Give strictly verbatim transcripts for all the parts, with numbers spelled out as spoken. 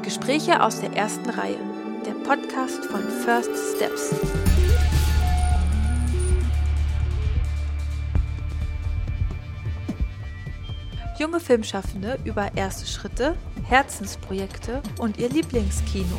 Gespräche aus der ersten Reihe, der Podcast von First Steps. Junge Filmschaffende über erste Schritte, Herzensprojekte und ihr Lieblingskino.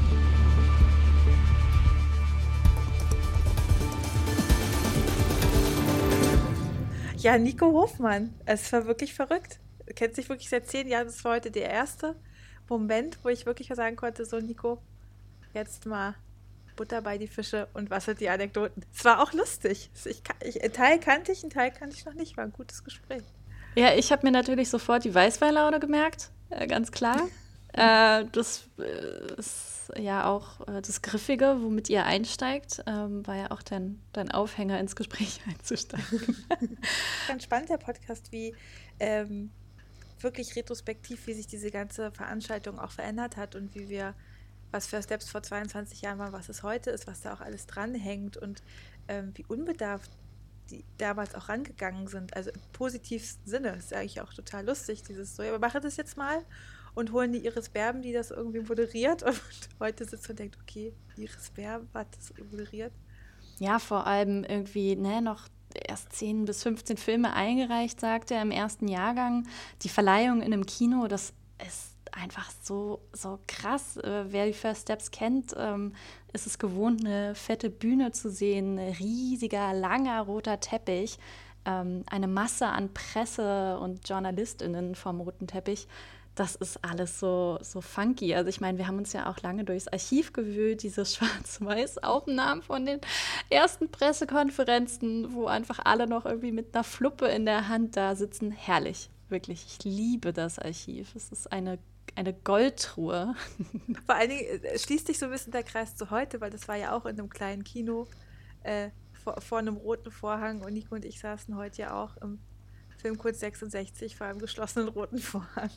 Ja, Nico Hofmann, es war wirklich verrückt. Du kennst dich wirklich seit zehn Jahren, das war heute der erste Moment, wo ich wirklich sagen konnte, so Nico, jetzt mal Butter bei die Fische und was sind die Anekdoten. Es war auch lustig. Ich, ich, einen Teil kannte ich, einen Teil kannte ich noch nicht. War ein gutes Gespräch. Ja, ich habe mir natürlich sofort die Weißweinlaune gemerkt, äh, ganz klar. äh, das äh, ist ja auch äh, das Griffige, womit ihr einsteigt, ähm, war ja auch dein, dein Aufhänger, ins Gespräch einzusteigen. Ganz spannend, der Podcast, wie ähm, wirklich retrospektiv, wie sich diese ganze Veranstaltung auch verändert hat und wie wir, was First Steps vor zweiundzwanzig Jahren war, was es heute ist, was da auch alles dranhängt und ähm, wie unbedarft die damals auch rangegangen sind, also im positivsten Sinne. Das ist eigentlich auch total lustig, dieses so, ja, wir machen das jetzt mal und holen die Iris Berben, die das irgendwie moderiert und heute sitzt und denkt, okay, Iris Berben hat das moderiert. Ja, vor allem irgendwie, ne, noch erst zehn bis fünfzehn Filme eingereicht, sagt er, im ersten Jahrgang. Die Verleihung in einem Kino, das ist einfach so, so krass. Äh, wer die First Steps kennt, ähm, ist es gewohnt, eine fette Bühne zu sehen, ein riesiger, langer roter Teppich, ähm, eine Masse an Presse und JournalistInnen vom roten Teppich. Das ist alles so, so funky. Also ich meine, wir haben uns ja auch lange durchs Archiv gewühlt, diese Schwarz-Weiß-Aufnahmen von den ersten Pressekonferenzen, wo einfach alle noch irgendwie mit einer Fluppe in der Hand da sitzen. Herrlich, wirklich. Ich liebe das Archiv. Es ist eine, eine Goldtruhe. Vor allen Dingen schließt sich so ein bisschen der Kreis zu heute, weil das war ja auch in einem kleinen Kino äh, vor, vor einem roten Vorhang und Nico und ich saßen heute ja auch im Filmkunst sechsundsechzig vor einem geschlossenen roten Vorhang.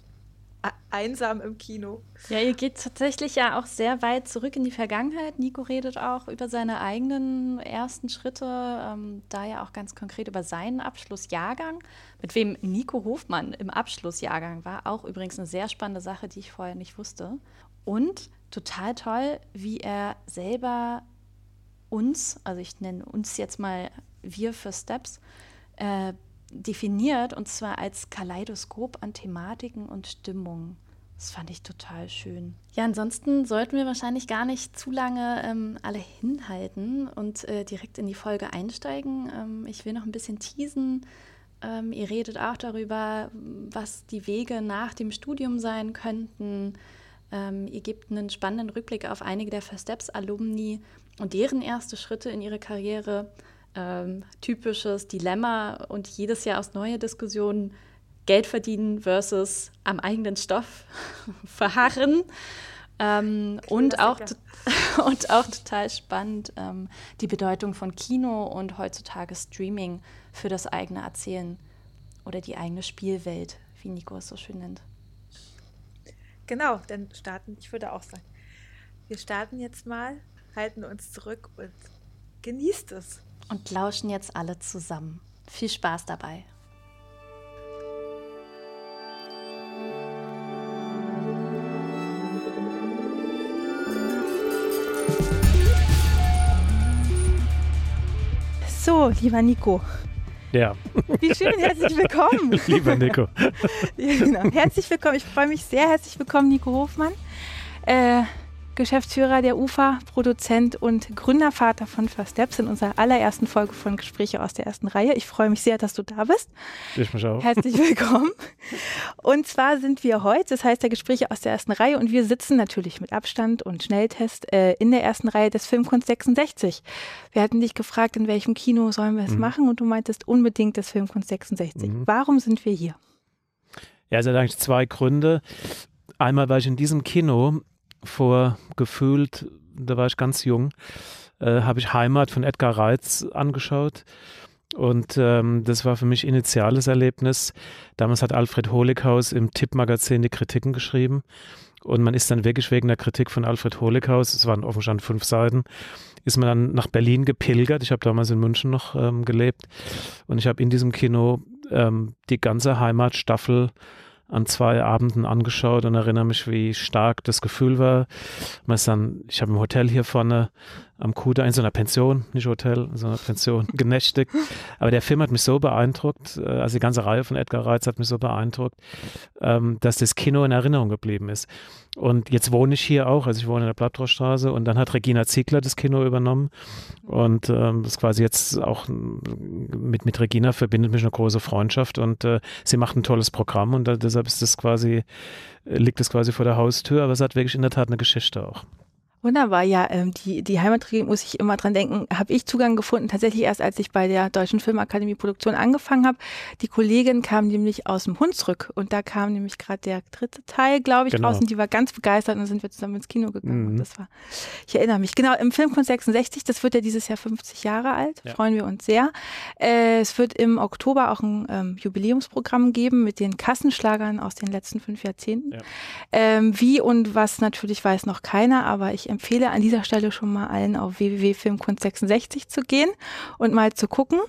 Einsam im Kino. Ja, ihr geht tatsächlich ja auch sehr weit zurück in die Vergangenheit. Nico redet auch über seine eigenen ersten Schritte, ähm, da ja auch ganz konkret über seinen Abschlussjahrgang, mit wem Nico Hofmann im Abschlussjahrgang war. Auch übrigens eine sehr spannende Sache, die ich vorher nicht wusste. Und total toll, wie er selber uns, also ich nenne uns jetzt mal wir First Steps, äh, definiert, und zwar als Kaleidoskop an Thematiken und Stimmungen. Das fand ich total schön. Ja, ansonsten sollten wir wahrscheinlich gar nicht zu lange ähm, alle hinhalten und äh, direkt in die Folge einsteigen. Ähm, ich will noch ein bisschen teasen. Ähm, ihr redet auch darüber, was die Wege nach dem Studium sein könnten. Ähm, ihr gebt einen spannenden Rückblick auf einige der First Steps-Alumni und deren erste Schritte in ihre Karriere. Ähm, typisches Dilemma und jedes Jahr aus neue Diskussionen, Geld verdienen versus am eigenen Stoff verharren. Ähm, und, auch, und auch total spannend ähm, die Bedeutung von Kino und heutzutage Streaming für das eigene Erzählen oder die eigene Spielwelt, wie Nico es so schön nennt. Genau, dann starten, ich würde auch sagen, wir starten jetzt mal, halten uns zurück und genießt es. Und lauschen jetzt alle zusammen. Viel Spaß dabei. So, lieber Nico. Ja. Wie schön, herzlich willkommen. Lieber Nico. Ja, genau. Herzlich willkommen. Ich freue mich sehr. Herzlich willkommen, Nico Hofmann. Äh, Geschäftsführer der U F A, Produzent und Gründervater von First Steps in unserer allerersten Folge von Gespräche aus der ersten Reihe. Ich freue mich sehr, dass du da bist. Ich mich auch. Herzlich willkommen. Und zwar sind wir heute, das heißt der Gespräche aus der ersten Reihe, und wir sitzen natürlich mit Abstand und Schnelltest äh, in der ersten Reihe des Filmkunst sechsundsechzig. Wir hatten dich gefragt, in welchem Kino sollen wir es mhm. machen, und du meintest unbedingt das Filmkunst sechsundsechzig. Mhm. Warum sind wir hier? Ja, es hat eigentlich zwei Gründe. Einmal, weil ich in diesem Kino vor gefühlt, da war ich ganz jung, äh, habe ich Heimat von Edgar Reitz angeschaut. Und ähm, das war für mich initiales Erlebnis. Damals hat Alfred Holighaus im Tipp-Magazin die Kritiken geschrieben. Und man ist dann wirklich wegen der Kritik von Alfred Holighaus, es waren offenstand fünf Seiten, ist man dann nach Berlin gepilgert. Ich habe damals in München noch ähm, gelebt. Und ich habe in diesem Kino ähm, die ganze Heimatstaffel an zwei Abenden angeschaut und erinnere mich, wie stark das Gefühl war. Man ist dann, ich habe im Hotel hier vorne am Kudamm, in so einer Pension, nicht Hotel, in so einer Pension genächtigt. Aber der Film hat mich so beeindruckt, also die ganze Reihe von Edgar Reitz hat mich so beeindruckt, dass das Kino in Erinnerung geblieben ist. Und jetzt wohne ich hier auch, also ich wohne in der Plattdorstraße und dann hat Regina Ziegler das Kino übernommen und ähm, das ist quasi jetzt auch mit, mit Regina verbindet mich eine große Freundschaft und äh, sie macht ein tolles Programm und da, deshalb ist das quasi, liegt es quasi vor der Haustür, aber es hat wirklich in der Tat eine Geschichte auch. Wunderbar, ja, ähm, die, die Heimatregie muss ich immer dran denken, habe ich Zugang gefunden, tatsächlich erst als ich bei der Deutschen Filmakademie Produktion angefangen habe. Die Kollegin kam nämlich aus dem Hunsrück und da kam nämlich gerade der dritte Teil, glaube ich, genau. raus und die war ganz begeistert und dann sind wir zusammen ins Kino gegangen. Mhm. Und das war, ich erinnere mich, genau, im Filmkunst sechsundsechzig, das wird ja dieses Jahr fünfzig Jahre alt, ja. Freuen wir uns sehr. Äh, es wird im Oktober auch ein ähm, Jubiläumsprogramm geben mit den Kassenschlagern aus den letzten fünf Jahrzehnten. Ja. Ähm, wie und was natürlich weiß noch keiner, aber ich empfehle an dieser Stelle schon mal allen auf w w w punkt filmkunst sechsundsechzig zu gehen und mal zu gucken.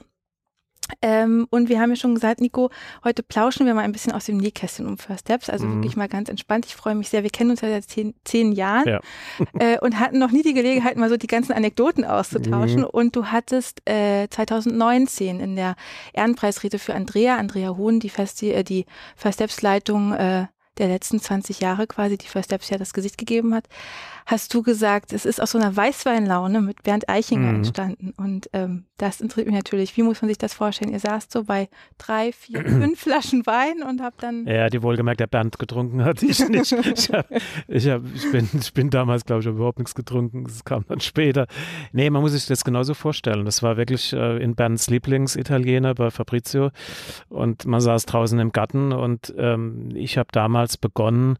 Ähm, und wir haben ja schon gesagt, Nico, heute plauschen wir mal ein bisschen aus dem Nähkästchen um First Steps, also mhm. wirklich mal ganz entspannt. Ich freue mich sehr, wir kennen uns ja seit zehn, zehn Jahren ja. äh, und hatten noch nie die Gelegenheit, mal so die ganzen Anekdoten auszutauschen. Mhm. Und du hattest äh, zwanzig neunzehn in der Ehrenpreisrede für Andrea, Andrea Hohn, die, Festi äh, die First Steps Leitung äh, der letzten zwanzig Jahre quasi, die First Steps ja das Gesicht gegeben hat, hast du gesagt, es ist aus so einer Weißweinlaune mit Bernd Eichinger mhm. entstanden. Und ähm, das interessiert mich natürlich. Wie muss man sich das vorstellen? Ihr saßt so bei drei, vier, fünf Flaschen Wein und habt dann... Ja, die wohlgemerkt der Bernd getrunken hat. Ich nicht. Ich, hab, ich, hab, ich, bin, ich bin damals, glaube ich, überhaupt nichts getrunken. Das kam dann später. Nee, man muss sich das genauso vorstellen. Das war wirklich äh, in Bernds Lieblingsitaliener bei Fabrizio. Und man saß draußen im Garten und ähm, ich habe damals begonnen,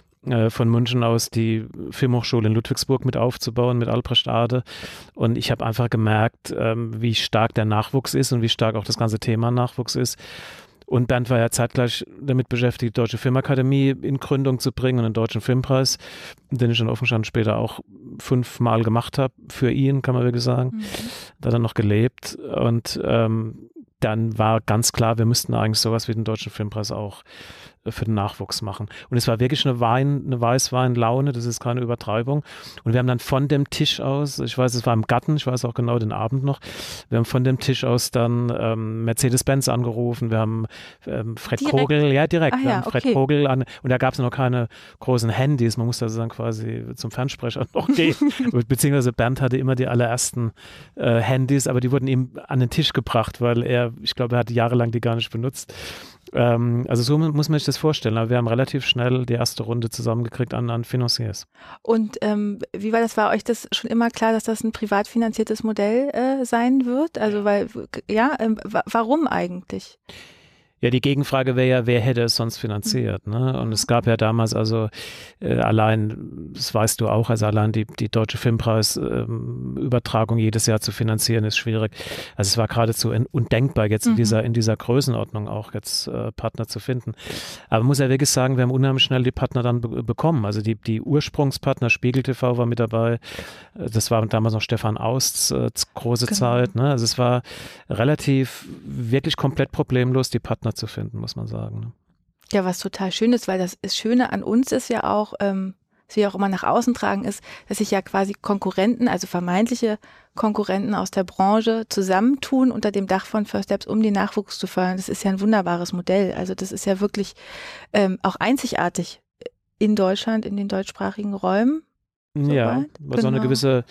von München aus die Filmhochschule in Ludwigsburg mit aufzubauen, mit Albrecht Ade. Und ich habe einfach gemerkt, ähm, wie stark der Nachwuchs ist und wie stark auch das ganze Thema Nachwuchs ist. Und Bernd war ja zeitgleich damit beschäftigt, die Deutsche Filmakademie in Gründung zu bringen und einen deutschen Filmpreis, den ich in Offenstand später auch fünfmal gemacht habe, für ihn, kann man wirklich sagen. Mhm. Da hat er noch gelebt. Und ähm, dann war ganz klar, wir müssten eigentlich sowas wie den Deutschen Filmpreis auch für den Nachwuchs machen. Und es war wirklich eine Wein, eine Weißweinlaune, das ist keine Übertreibung. Und wir haben dann von dem Tisch aus, ich weiß, es war im Garten, ich weiß auch genau den Abend noch, wir haben von dem Tisch aus dann ähm, Mercedes-Benz angerufen, wir haben ähm, Fred direkt? Kogel, ja direkt, ah, wir ja, haben Fred okay. Kogel an, und da gab es noch keine großen Handys, man musste also dann quasi zum Fernsprecher noch gehen, beziehungsweise Bernd hatte immer die allerersten äh, Handys, aber die wurden ihm an den Tisch gebracht, weil er, ich glaube, er hatte jahrelang die gar nicht benutzt. Ähm, also so muss man sich das vorstellen. Aber wir haben relativ schnell die erste Runde zusammengekriegt an, an Financiers. Und ähm, wie war das? War euch das schon immer klar, dass das ein privat finanziertes Modell äh, sein wird? Also weil, ja, ähm, warum eigentlich? Ja, die Gegenfrage wäre ja, wer hätte es sonst finanziert? Ne? Und es gab ja damals also äh, allein, das weißt du auch, also allein die, die Deutsche Filmpreis-Übertragung ähm, jedes Jahr zu finanzieren, ist schwierig. Also es war geradezu undenkbar, jetzt in mhm. dieser in dieser Größenordnung auch jetzt äh, Partner zu finden. Aber man muss ja wirklich sagen, wir haben unheimlich schnell die Partner dann be- bekommen. Also die, die Ursprungspartner, Spiegel T V war mit dabei, das war damals noch Stefan Austs äh, große genau. Zeit. Ne? Also es war relativ, wirklich komplett problemlos, die Partner zu finden, muss man sagen. Ne? Ja, was total schön ist, weil das, das Schöne an uns ist ja auch, ähm, was wir auch immer nach außen tragen, ist, dass sich ja quasi Konkurrenten, also vermeintliche Konkurrenten aus der Branche zusammentun unter dem Dach von First Steps, um den Nachwuchs zu fördern. Das ist ja ein wunderbares Modell. Also das ist ja wirklich ähm, auch einzigartig in Deutschland, in den deutschsprachigen Räumen. Ja, was genau. so eine gewisse,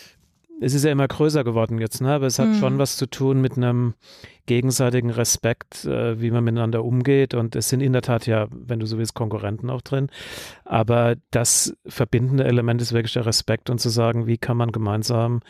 es ist ja immer größer geworden jetzt, ne? Aber es hat hm. schon was zu tun mit einem gegenseitigen Respekt, äh, wie man miteinander umgeht. Und es sind in der Tat ja, wenn du so willst, Konkurrenten auch drin. Aber das verbindende Element ist wirklich der Respekt und zu sagen, wie kann man gemeinsam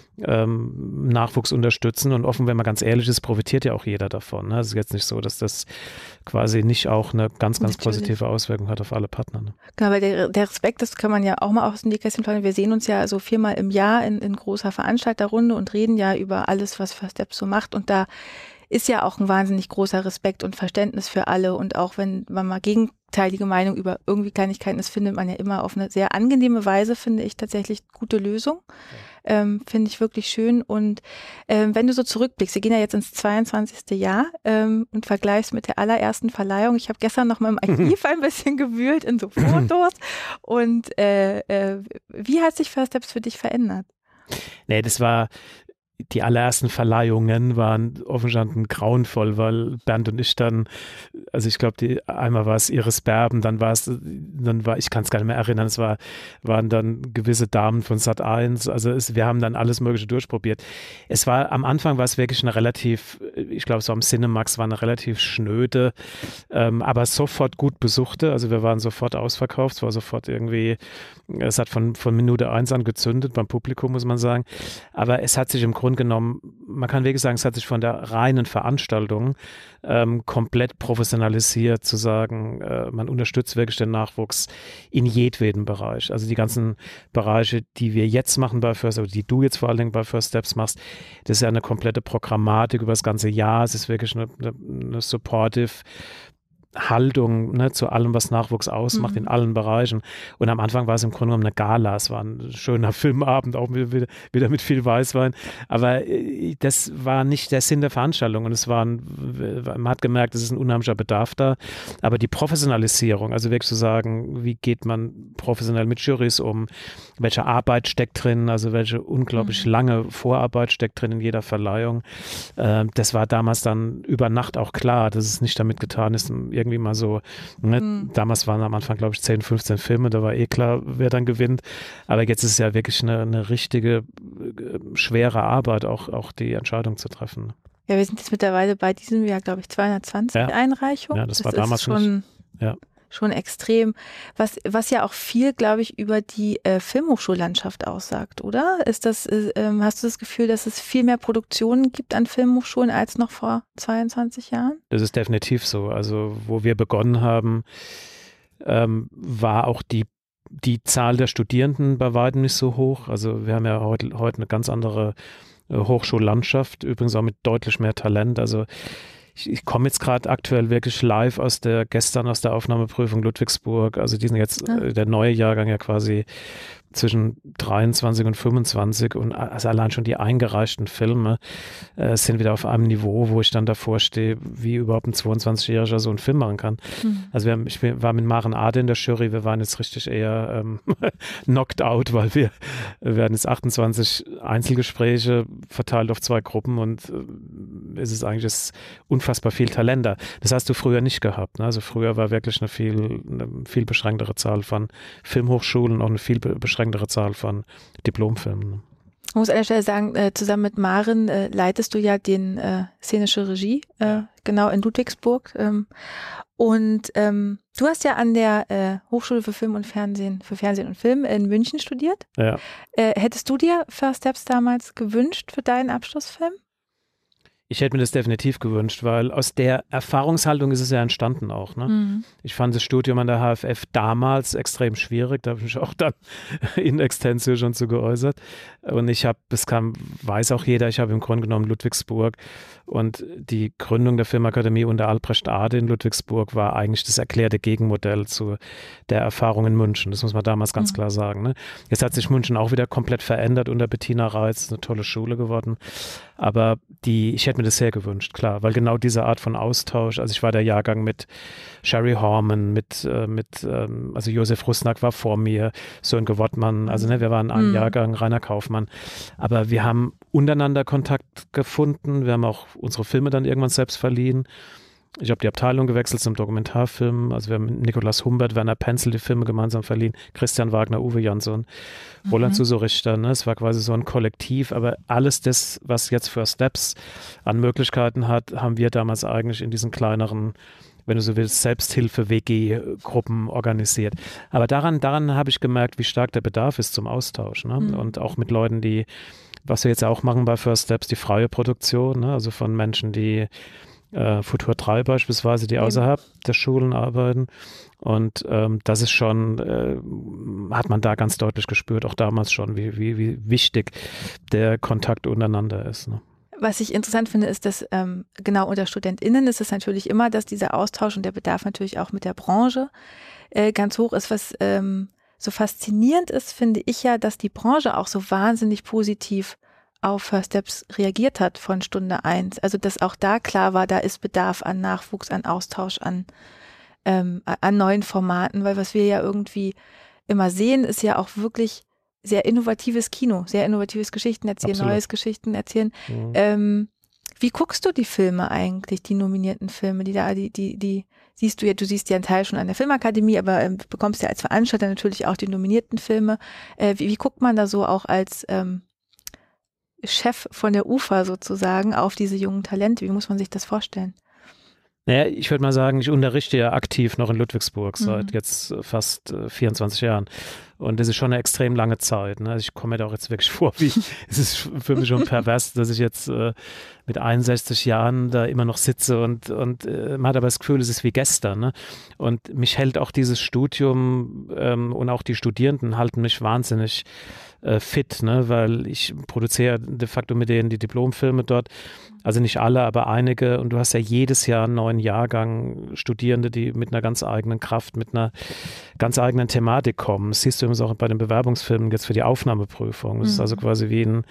ähm, Nachwuchs unterstützen. Und offen, wenn man ganz ehrlich ist, profitiert ja auch jeder davon. Ne? Es ist jetzt nicht so, dass das quasi nicht auch eine ganz, ganz Natürlich. positive Auswirkung hat auf alle Partner. Ne? Genau, weil der, der Respekt, das kann man ja auch mal aus dem Nähkästchen plaudern. Wir sehen uns ja so viermal im Jahr in, in großer Veranstalterrunde und reden ja über alles, was First Steps so macht. Und da ist ja auch ein wahnsinnig großer Respekt und Verständnis für alle. Und auch wenn man mal gegenteilige Meinung über irgendwie Kleinigkeiten ist, findet man ja immer auf eine sehr angenehme Weise, finde ich, tatsächlich gute Lösung. Ähm, finde ich wirklich schön. Und ähm, wenn du so zurückblickst, wir gehen ja jetzt ins zweiundzwanzigste Jahr ähm, und vergleichst mit der allerersten Verleihung. Ich habe gestern noch mal im Archiv ein bisschen gewühlt in so Fotos. Und äh, äh, wie hat sich First Steps für dich verändert? Nee, das war, die allerersten Verleihungen waren offenstanden grauenvoll, weil Bernd und ich dann, also ich glaube, die einmal war es Iris Berben, dann war es, dann war, ich kann es gar nicht mehr erinnern, es war, waren dann gewisse Damen von Sat eins, also es, wir haben dann alles Mögliche durchprobiert. Es war, am Anfang war es wirklich eine relativ, ich glaube, so am Cinemax war eine relativ schnöde, ähm, aber sofort gut besuchte, also wir waren sofort ausverkauft, es war sofort irgendwie, es hat von, von Minute eins an gezündet beim Publikum, muss man sagen, aber es hat sich im Grunde genommen, man kann wirklich sagen, es hat sich von der reinen Veranstaltung ähm, komplett professionalisiert, zu sagen, äh, man unterstützt wirklich den Nachwuchs in jedweden Bereich. Also die ganzen Bereiche, die wir jetzt machen bei First, oder die du jetzt vor allen Dingen bei First Steps machst, das ist ja eine komplette Programmatik über das ganze Jahr. Es ist wirklich eine, eine, eine supportive Haltung, ne, zu allem, was Nachwuchs ausmacht, mhm. in allen Bereichen. Und am Anfang war es im Grunde genommen eine Gala. Es war ein schöner Filmabend, auch wieder, wieder mit viel Weißwein. Aber äh, das war nicht der Sinn der Veranstaltung. Und es war ein, man hat gemerkt, es ist ein unheimlicher Bedarf da. Aber die Professionalisierung, also wirklich zu sagen, wie geht man professionell mit Jurys um? Welche Arbeit steckt drin? Also welche unglaublich mhm. lange Vorarbeit steckt drin in jeder Verleihung? Äh, das war damals dann über Nacht auch klar, dass es nicht damit getan ist, irgendwie mal so, ne? mhm. damals waren am Anfang, glaube ich, zehn, fünfzehn Filme, da war eh klar, wer dann gewinnt, aber jetzt ist es ja wirklich eine, eine richtige, äh, schwere Arbeit, auch, auch die Entscheidung zu treffen. Ja, wir sind jetzt mittlerweile bei diesem Jahr, glaube ich, zweihundertzwanzig ja. Einreichungen. Ja, das, das war damals schon, nicht. Ja. schon extrem, was, was ja auch viel, glaube ich, über die äh, Filmhochschullandschaft aussagt, oder? Ist das, äh, ähm, hast du das Gefühl, dass es viel mehr Produktionen gibt an Filmhochschulen als noch vor zweiundzwanzig Jahren? Das ist definitiv so. Also wo wir begonnen haben, ähm, war auch die, die Zahl der Studierenden bei weitem nicht so hoch. Also wir haben ja heute, heute eine ganz andere äh, Hochschullandschaft, übrigens auch mit deutlich mehr Talent. Also Ich, ich komme jetzt gerade aktuell wirklich live aus der, gestern aus der Aufnahmeprüfung Ludwigsburg, also die sind jetzt ja. äh, der neue Jahrgang ja quasi zwischen dreiundzwanzig und fünfundzwanzig und also allein schon die eingereichten Filme äh, sind wieder auf einem Niveau, wo ich dann davor stehe, wie überhaupt ein zweiundzwanzigjähriger so einen Film machen kann. Mhm. Also wir haben, ich war mit Maren Ade in der Jury, wir waren jetzt richtig eher ähm, knocked out, weil wir, wir hatten jetzt achtundzwanzig Einzelgespräche verteilt auf zwei Gruppen und äh, es ist eigentlich das unfassbar viel Talent da. Das hast du früher nicht gehabt. Ne? Also früher war wirklich eine viel, eine viel beschränktere Zahl von Filmhochschulen, auch eine viel beschränktere Zahl von Diplomfilmen. Ich muss an der Stelle sagen, äh, zusammen mit Maren äh, leitest du ja den äh, szenische Regie, äh, ja. genau in Ludwigsburg. Ähm, und ähm, du hast ja an der äh, Hochschule für Film und Fernsehen, für Fernsehen und Film in München studiert. Ja. Äh, hättest du dir First Steps damals gewünscht für deinen Abschlussfilm? Ich hätte mir das definitiv gewünscht, weil aus der Erfahrungshaltung ist es ja entstanden auch. Ne? Mhm. Ich fand das Studium an der H F F damals extrem schwierig, da habe ich mich auch dann in Extensio schon zu geäußert. Und ich habe, das kam, weiß auch jeder, ich habe im Grunde genommen Ludwigsburg und die Gründung der Filmakademie unter Albrecht Ade in Ludwigsburg war eigentlich das erklärte Gegenmodell zu der Erfahrung in München. Das muss man damals ganz mhm. klar sagen. Ne? Jetzt hat sich München auch wieder komplett verändert unter Bettina Reitz, eine tolle Schule geworden. Aber die, ich hätte mir das sehr gewünscht, klar, weil genau diese Art von Austausch, also ich war der Jahrgang mit Sherry Horman, mit, äh, mit ähm, also Josef Rusnak war vor mir, Sönke Wottmann, also ne, wir waren ein mhm. Jahrgang, Rainer Kaufmann, aber wir haben untereinander Kontakt gefunden, wir haben auch unsere Filme dann irgendwann selbst verliehen. Ich habe die Abteilung gewechselt zum Dokumentarfilm. Also wir haben mit Nikolaus Humbert, Werner Penzel die Filme gemeinsam verliehen. Christian Wagner, Uwe Jansson, mhm. Roland Suso-Richter. Ne? Es war quasi so ein Kollektiv. Aber alles das, was jetzt First Steps an Möglichkeiten hat, haben wir damals eigentlich in diesen kleineren, wenn du so willst, Selbsthilfe-W G-Gruppen organisiert. Aber daran, daran habe ich gemerkt, wie stark der Bedarf ist zum Austausch. Ne? Mhm. Und auch mit Leuten, die, was wir jetzt auch machen bei First Steps, die freie Produktion, ne? Also von Menschen, die Äh, Futur drei beispielsweise, die außerhalb der Schulen arbeiten. Und ähm, das ist schon, äh, hat man da ganz deutlich gespürt, auch damals schon, wie, wie, wie wichtig der Kontakt untereinander ist. Ne? Was ich interessant finde, ist, dass ähm, genau unter StudentInnen ist es natürlich immer, dass dieser Austausch und der Bedarf natürlich auch mit der Branche äh, ganz hoch ist. Was, ähm, so faszinierend ist, finde ich ja, dass die Branche auch so wahnsinnig positiv auf First Steps reagiert hat von Stunde eins. Also dass auch da klar war, da ist Bedarf an Nachwuchs, an Austausch, an, ähm, an neuen Formaten, weil was wir ja irgendwie immer sehen, ist ja auch wirklich sehr innovatives Kino, sehr innovatives Geschichten erzählen, Absolut. neues Geschichten erzählen. Mhm. Ähm, wie guckst du die Filme eigentlich, die nominierten Filme, die da, die, die, die siehst du ja, du siehst ja einen Teil schon an der Filmakademie, aber ähm, bekommst ja als Veranstalter natürlich auch die nominierten Filme. Äh, wie, wie guckt man da so auch als ähm, Chef von der U F A sozusagen auf diese jungen Talente? Wie muss man sich das vorstellen? Naja, ich würde mal sagen, ich unterrichte ja aktiv noch in Ludwigsburg seit mhm. jetzt fast äh, vierundzwanzig Jahren. Und das ist schon eine extrem lange Zeit. Ne? Ich komme mir da auch jetzt wirklich vor, wie es ist für mich schon pervers, dass ich jetzt äh, mit einundsechzig Jahren da immer noch sitze und, und äh, man hat aber das Gefühl, es ist wie gestern. Ne? Und mich hält auch dieses Studium ähm, und auch die Studierenden halten mich wahnsinnig äh, fit, ne? Weil ich produziere de facto mit denen die Diplomfilme dort. Also nicht alle, aber einige. Und du hast ja jedes Jahr einen neuen Jahrgang Studierende, die mit einer ganz eigenen Kraft, mit einer ganz eigenen Thematik kommen. Das siehst du übrigens auch bei den Bewerbungsfilmen jetzt für die Aufnahmeprüfung. Das mhm. ist also quasi wie ein,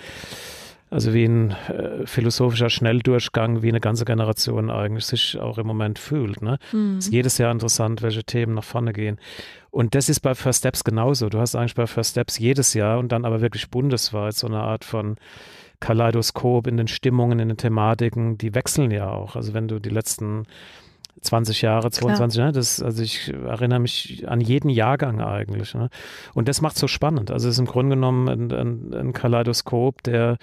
also wie ein äh, philosophischer Schnelldurchgang, wie eine ganze Generation eigentlich sich auch im Moment fühlt. Ne? Mhm. Es ist jedes Jahr interessant, welche Themen nach vorne gehen. Und das ist bei First Steps genauso. Du hast eigentlich bei First Steps jedes Jahr und dann aber wirklich bundesweit so eine Art von Kaleidoskop in den Stimmungen, in den Thematiken, die wechseln ja auch. Also wenn du die letzten zwanzig Jahre, zweiundzwanzig, ne, das, also ich erinnere mich an jeden Jahrgang eigentlich. Ne? Und das macht es so spannend. Also es ist im Grunde genommen ein, ein, ein Kaleidoskop der,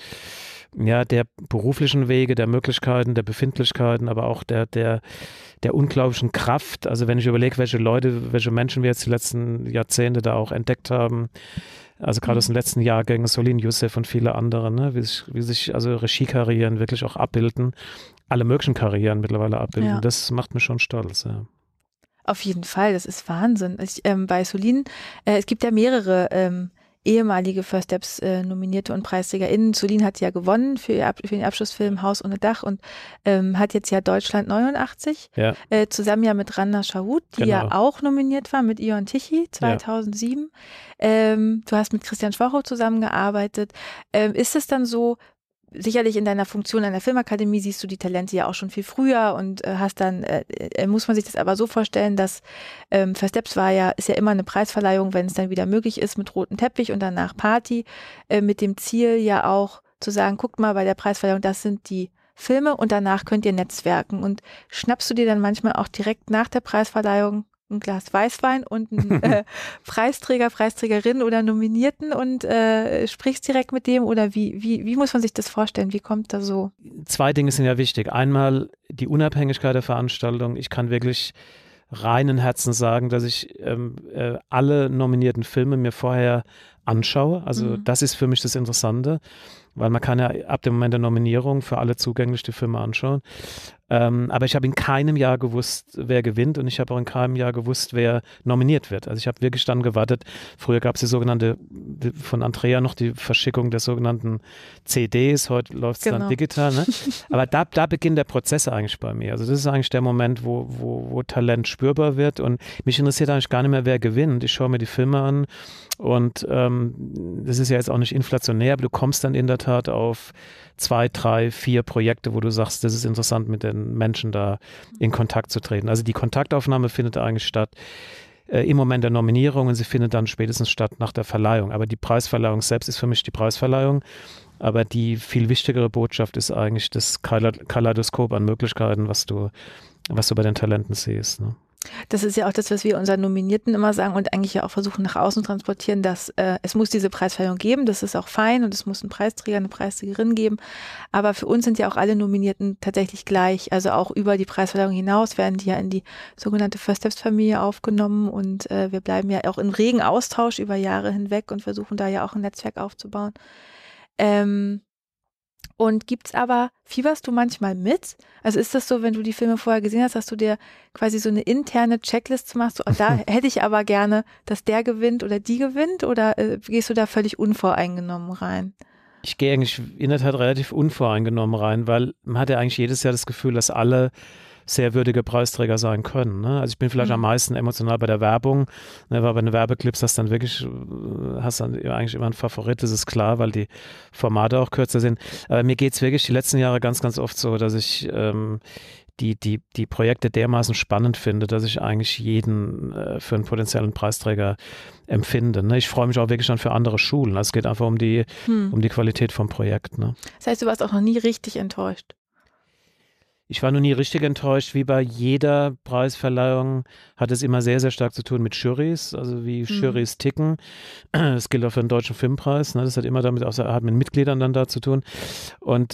ja, der beruflichen Wege, der Möglichkeiten, der Befindlichkeiten, aber auch der, der, der unglaublichen Kraft. Also wenn ich überlege, welche Leute, welche Menschen wir jetzt die letzten Jahrzehnte da auch entdeckt haben, also gerade aus den letzten Jahrgängen, Solin Youssef und viele andere, ne, wie sich, wie sich also Regiekarrieren wirklich auch abbilden, alle möglichen Karrieren mittlerweile abbilden. Ja. Das macht mich schon stolz, ja. Auf jeden Fall, das ist Wahnsinn. Ich, ähm, bei Solin, äh, es gibt ja mehrere ähm, ehemalige First Steps äh, Nominierte und PreisträgerInnen. Solin hat ja gewonnen für, ihr Ab für den Abschlussfilm Haus ohne Dach und ähm, hat jetzt ja Deutschland neunundachtzig, ja. äh, zusammen ja mit Randa Shahut, die genau. ja auch nominiert war, mit Ion Tichy zweitausendsieben. Ja. Ähm, du hast mit Christian Schwocho zusammengearbeitet. Ähm, ist es dann so, sicherlich in deiner Funktion an der Filmakademie siehst du die Talente ja auch schon viel früher und äh, hast dann, äh, muss man sich das aber so vorstellen, dass ähm, First Steps war ja, ist ja immer eine Preisverleihung, wenn es dann wieder möglich ist, mit rotem Teppich und danach Party, äh, mit dem Ziel ja auch zu sagen, guckt mal bei der Preisverleihung, das sind die Filme und danach könnt ihr netzwerken. Und schnappst du dir dann manchmal auch direkt nach der Preisverleihung ein Glas Weißwein und einen äh, Preisträger, Preisträgerin oder Nominierten und äh, sprichst direkt mit dem oder wie, wie, wie muss man sich das vorstellen? Wie kommt da so? Zwei Dinge sind ja wichtig. Einmal die Unabhängigkeit der Veranstaltung. Ich kann wirklich reinen Herzens sagen, dass ich ähm, äh, alle nominierten Filme mir vorher anschaue. Also mhm. das ist für mich das Interessante, weil man kann ja ab dem Moment der Nominierung für alle zugänglich die Filme anschauen. Ähm, aber ich habe in keinem Jahr gewusst, wer gewinnt und ich habe auch in keinem Jahr gewusst, wer nominiert wird. Also ich habe wirklich dann gewartet. Früher gab es die sogenannte, von Andrea noch die Verschickung der sogenannten C Ds, heute läuft es genau. dann digital. Ne? Aber da, da beginnt der Prozess eigentlich bei mir. Also das ist eigentlich der Moment, wo, wo, wo Talent spürbar wird und mich interessiert eigentlich gar nicht mehr, wer gewinnt. Ich schaue mir die Filme an und ähm, das ist ja jetzt auch nicht inflationär, aber du kommst dann in der Tat auf zwei, drei, vier Projekte, wo du sagst, das ist interessant, mit den Menschen da in Kontakt zu treten. Also die Kontaktaufnahme findet eigentlich statt äh, im Moment der Nominierung und sie findet dann spätestens statt nach der Verleihung. Aber die Preisverleihung selbst ist für mich die Preisverleihung. Aber die viel wichtigere Botschaft ist eigentlich das Kaleidoskop an Möglichkeiten, was du, was du bei den Talenten siehst, ne? Das ist ja auch das, was wir unseren Nominierten immer sagen und eigentlich ja auch versuchen nach außen transportieren, dass äh, es muss diese Preisverleihung geben, das ist auch fein und es muss einen Preisträger, eine Preisträgerin geben, aber für uns sind ja auch alle Nominierten tatsächlich gleich, also auch über die Preisverleihung hinaus werden die ja in die sogenannte First Steps Familie aufgenommen und äh, wir bleiben ja auch in regen Austausch über Jahre hinweg und versuchen da ja auch ein Netzwerk aufzubauen. Ähm, Und gibt's aber, fieberst du manchmal mit? Also ist das so, wenn du die Filme vorher gesehen hast, dass du dir quasi so eine interne Checkliste machst, so, da hätte ich aber gerne, dass der gewinnt oder die gewinnt oder äh, gehst du da völlig unvoreingenommen rein? Ich gehe eigentlich in der Tat relativ unvoreingenommen rein, weil man hat ja eigentlich jedes Jahr das Gefühl, dass alle sehr würdige Preisträger sein können. Ne? Also ich bin vielleicht mhm. am meisten emotional bei der Werbung, ne? Weil bei den Werbeclips hast du dann wirklich, hast dann eigentlich immer einen Favorit, das ist klar, weil die Formate auch kürzer sind. Aber mir geht es wirklich die letzten Jahre ganz, ganz oft so, dass ich ähm, die, die, die Projekte dermaßen spannend finde, dass ich eigentlich jeden äh, für einen potenziellen Preisträger empfinde. Ne? Ich freue mich auch wirklich schon für andere Schulen. Also es geht einfach um die, hm. um die Qualität vom Projekt. Ne? Das heißt, du warst auch noch nie richtig enttäuscht? Ich war noch nie richtig enttäuscht. Wie bei jeder Preisverleihung hat es immer sehr, sehr stark zu tun mit Jurys, also wie mhm. Jurys ticken. Das gilt auch für den Deutschen Filmpreis. Ne? Das hat immer damit, auch hat mit Mitgliedern dann da zu tun. Und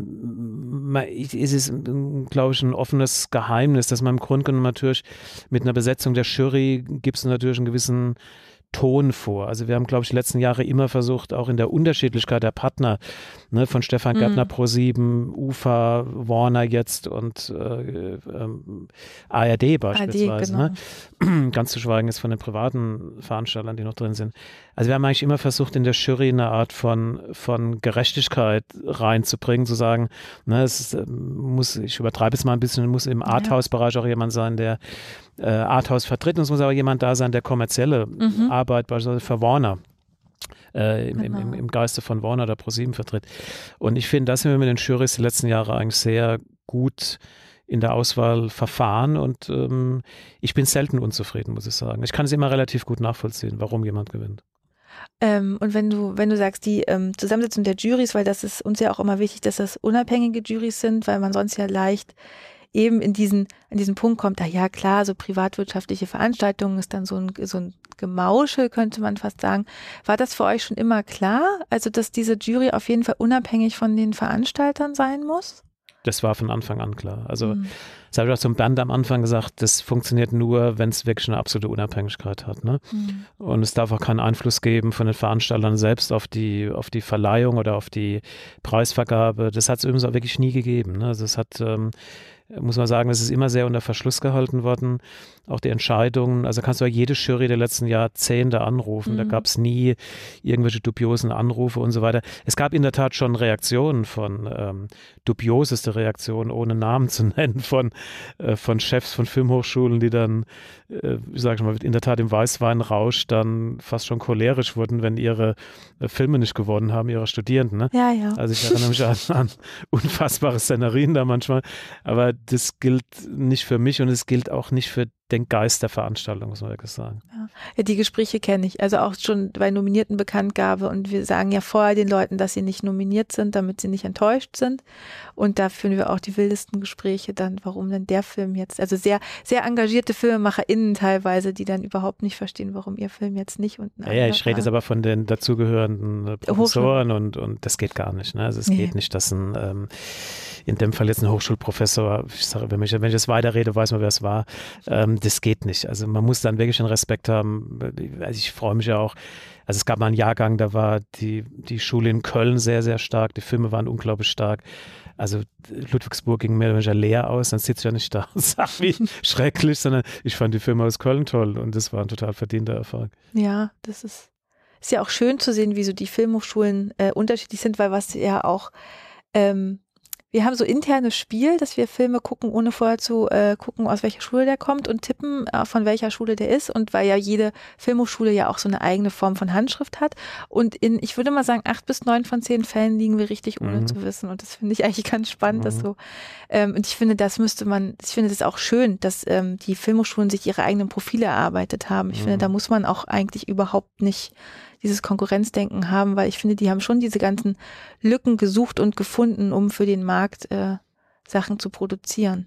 ähm, es ist, glaube ich, ein offenes Geheimnis, dass man im Grunde genommen natürlich mit einer Besetzung der Jury gibt es natürlich einen gewissen Ton vor. Also wir haben, glaube ich, die letzten Jahre immer versucht, auch in der Unterschiedlichkeit der Partner, ne, von Stefan Gärtner, mhm. ProSieben, UFA, Warner jetzt und äh, ähm, A R D beispielsweise. A R D, genau. Ne? Ganz zu schweigen ist von den privaten Veranstaltern, die noch drin sind. Also wir haben eigentlich immer versucht, in der Jury eine Art von, von Gerechtigkeit reinzubringen, zu sagen, ne, es ist, muss, ich übertreibe es mal ein bisschen, muss im Arthouse-Bereich auch jemand sein, der äh, Arthouse vertritt, und es muss aber jemand da sein, der kommerzielle mhm. Arbeit beispielsweise für Warner äh, im, genau. im, im Geiste von Warner oder ProSieben vertritt. Und ich finde, das sind wir mit den Jurys die letzten Jahre eigentlich sehr gut in der Auswahl verfahren, und ähm, ich bin selten unzufrieden, muss ich sagen. Ich kann es immer relativ gut nachvollziehen, warum jemand gewinnt. Ähm, und wenn du, wenn du sagst, die ähm, Zusammensetzung der Jurys, weil das ist uns ja auch immer wichtig, dass das unabhängige Jurys sind, weil man sonst ja leicht eben in diesen, in diesen Punkt kommt, ah ja klar, so privatwirtschaftliche Veranstaltungen ist dann so ein, so ein Gemauschel, könnte man fast sagen. War das für euch schon immer klar? Also, dass diese Jury auf jeden Fall unabhängig von den Veranstaltern sein muss? Das war von Anfang an klar. Also mhm. das habe ich auch zum Band am Anfang gesagt, das funktioniert nur, wenn es wirklich eine absolute Unabhängigkeit hat. Ne? Mhm. Und es darf auch keinen Einfluss geben von den Veranstaltern selbst auf die, auf die Verleihung oder auf die Preisvergabe. Das hat es übrigens auch wirklich nie gegeben. Ne? Also es hat, ähm, muss man sagen, das ist immer sehr unter Verschluss gehalten worden. Auch die Entscheidungen, also kannst du ja jede Jury der letzten Jahrzehnte anrufen. Mhm. Da gab es nie irgendwelche dubiosen Anrufe und so weiter. Es gab in der Tat schon Reaktionen von, ähm, dubioseste Reaktionen, ohne Namen zu nennen, von, äh, von Chefs von Filmhochschulen, die dann, äh, sag ich mal, in der Tat im Weißweinrausch dann fast schon cholerisch wurden, wenn ihre äh, Filme nicht gewonnen haben, ihre Studierenden. Ne? Ja, ja. Also ich erinnere mich an, an unfassbare Szenerien da manchmal. Aber das gilt nicht für mich, und es gilt auch nicht für den Geist der Veranstaltung, muss man wirklich sagen. Ja. Ja, die Gespräche kenne ich, also auch schon bei nominierten Bekanntgabe, und wir sagen ja vorher den Leuten, dass sie nicht nominiert sind, damit sie nicht enttäuscht sind, und da führen wir auch die wildesten Gespräche dann, warum denn der Film jetzt, also sehr, sehr engagierte FilmemacherInnen teilweise, die dann überhaupt nicht verstehen, warum ihr Film jetzt nicht und ein Ja, ja, ich rede jetzt aber von den dazugehörenden äh, Professoren und, und das geht gar nicht. Ne? Also es nee. geht nicht, dass ein, ähm, in dem Fall jetzt ein Hochschulprofessor, ich sage, wenn ich, wenn ich das weiterrede, weiß man, wer es war, ähm, das geht nicht. Also man muss dann wirklich einen Respekt haben. Also ich freue mich ja auch. Also es gab mal einen Jahrgang, da war die, die Schule in Köln sehr, sehr stark. Die Filme waren unglaublich stark. Also Ludwigsburg ging mehr oder weniger leer aus. Dann sitze ich ja nicht da und sage, wie schrecklich, sondern ich fand die Filme aus Köln toll, und das war ein total verdienter Erfolg. Ja, das ist, ist ja auch schön zu sehen, wie so die Filmhochschulen äh, unterschiedlich sind, weil was ja auch ähm, wir haben so internes Spiel, dass wir Filme gucken, ohne vorher zu äh, gucken, aus welcher Schule der kommt, und tippen, äh, von welcher Schule der ist. Und weil ja jede Filmhochschule ja auch so eine eigene Form von Handschrift hat. Und in, ich würde mal sagen, acht bis neun von zehn Fällen liegen wir richtig, ohne mhm. zu wissen. Und das finde ich eigentlich ganz spannend, mhm. dass so. Ähm, und ich finde, das müsste man, ich finde das auch schön, dass ähm, die Filmhochschulen sich ihre eigenen Profile erarbeitet haben. Ich mhm. finde, da muss man auch eigentlich überhaupt nicht dieses Konkurrenzdenken haben, weil ich finde, die haben schon diese ganzen Lücken gesucht und gefunden, um für den Markt äh, Sachen zu produzieren.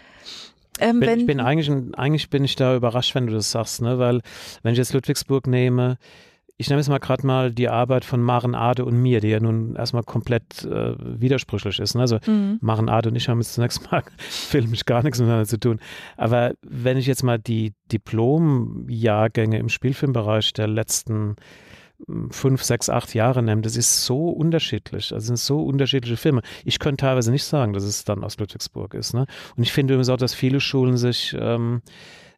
Ähm, bin, wenn, ich bin eigentlich, eigentlich bin ich da überrascht, wenn du das sagst, ne? Weil wenn ich jetzt Ludwigsburg nehme, ich nehme jetzt mal gerade mal die Arbeit von Maren Ade und mir, die ja nun erstmal komplett äh, widersprüchlich ist. Ne? Also mhm. Maren Ade und ich haben jetzt zunächst mal filmisch gar nichts miteinander zu tun. Aber wenn ich jetzt mal die Diplomjahrgänge im Spielfilmbereich der letzten fünf, sechs, acht Jahre nehme, das ist so unterschiedlich. Also es sind so unterschiedliche Filme. Ich könnte teilweise nicht sagen, dass es dann aus Ludwigsburg ist. Ne? Und ich finde übrigens auch, dass viele Schulen sich ähm,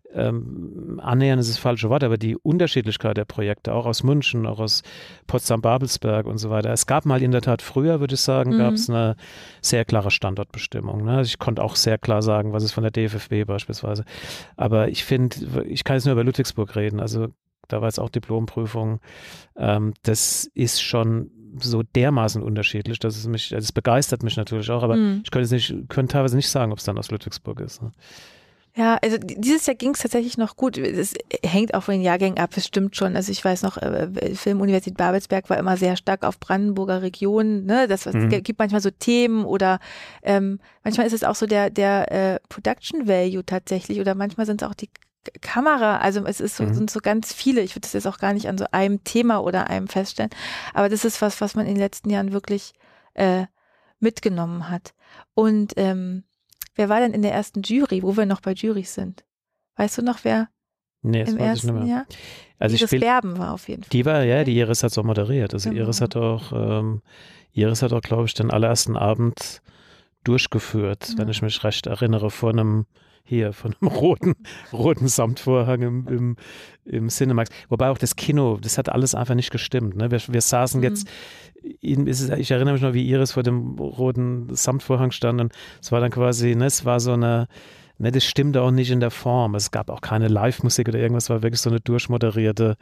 ähm, annähern ist das falsche Wort, aber die Unterschiedlichkeit der Projekte, auch aus München, auch aus Potsdam-Babelsberg und so weiter. Es gab mal in der Tat früher, würde ich sagen, mhm. gab es eine sehr klare Standortbestimmung. Ne? Also ich konnte auch sehr klar sagen, was ist von der D F F B beispielsweise. Aber ich finde, ich kann jetzt nur über Ludwigsburg reden, also da war jetzt auch Diplomprüfung. Ähm, das ist schon so dermaßen unterschiedlich, dass es mich, das begeistert mich natürlich auch, aber mhm. ich könnte, nicht, könnte teilweise nicht sagen, ob es dann aus Ludwigsburg ist. Ne? Ja, also dieses Jahr ging es tatsächlich noch gut. Es hängt auch von den Jahrgängen ab, es stimmt schon. Also ich weiß noch, äh, Filmuniversität Babelsberg war immer sehr stark auf Brandenburger Region. Ne? Das, es mhm. gibt manchmal so Themen oder ähm, manchmal ist es auch so der, der äh, Production Value tatsächlich oder manchmal sind es auch die Kamera, also es ist so, mhm. sind so ganz viele, ich würde das jetzt auch gar nicht an so einem Thema oder einem feststellen, aber das ist was, was man in den letzten Jahren wirklich äh, mitgenommen hat. Und ähm, wer war denn in der ersten Jury, wo wir noch bei Jurys sind? Weißt du noch, wer nee, im ersten Jahr? Also Iris Berben war auf jeden Fall. Die war, ja, die Iris hat es auch moderiert. Also genau. Iris hat auch, ähm, Iris hat auch, glaube ich, den allerersten Abend durchgeführt, ja. wenn ich mich recht erinnere, vor einem hier von einem roten, roten Samtvorhang im, im, im Cinemax. Wobei auch das Kino, das hat alles einfach nicht gestimmt. Ne? Wir, wir saßen mhm. jetzt, in, ich erinnere mich noch, wie Iris vor dem roten Samtvorhang stand und es war dann quasi, ne, es war so eine, ne, das stimmte auch nicht in der Form. Es gab auch keine Live-Musik oder irgendwas, es war wirklich so eine durchmoderierte,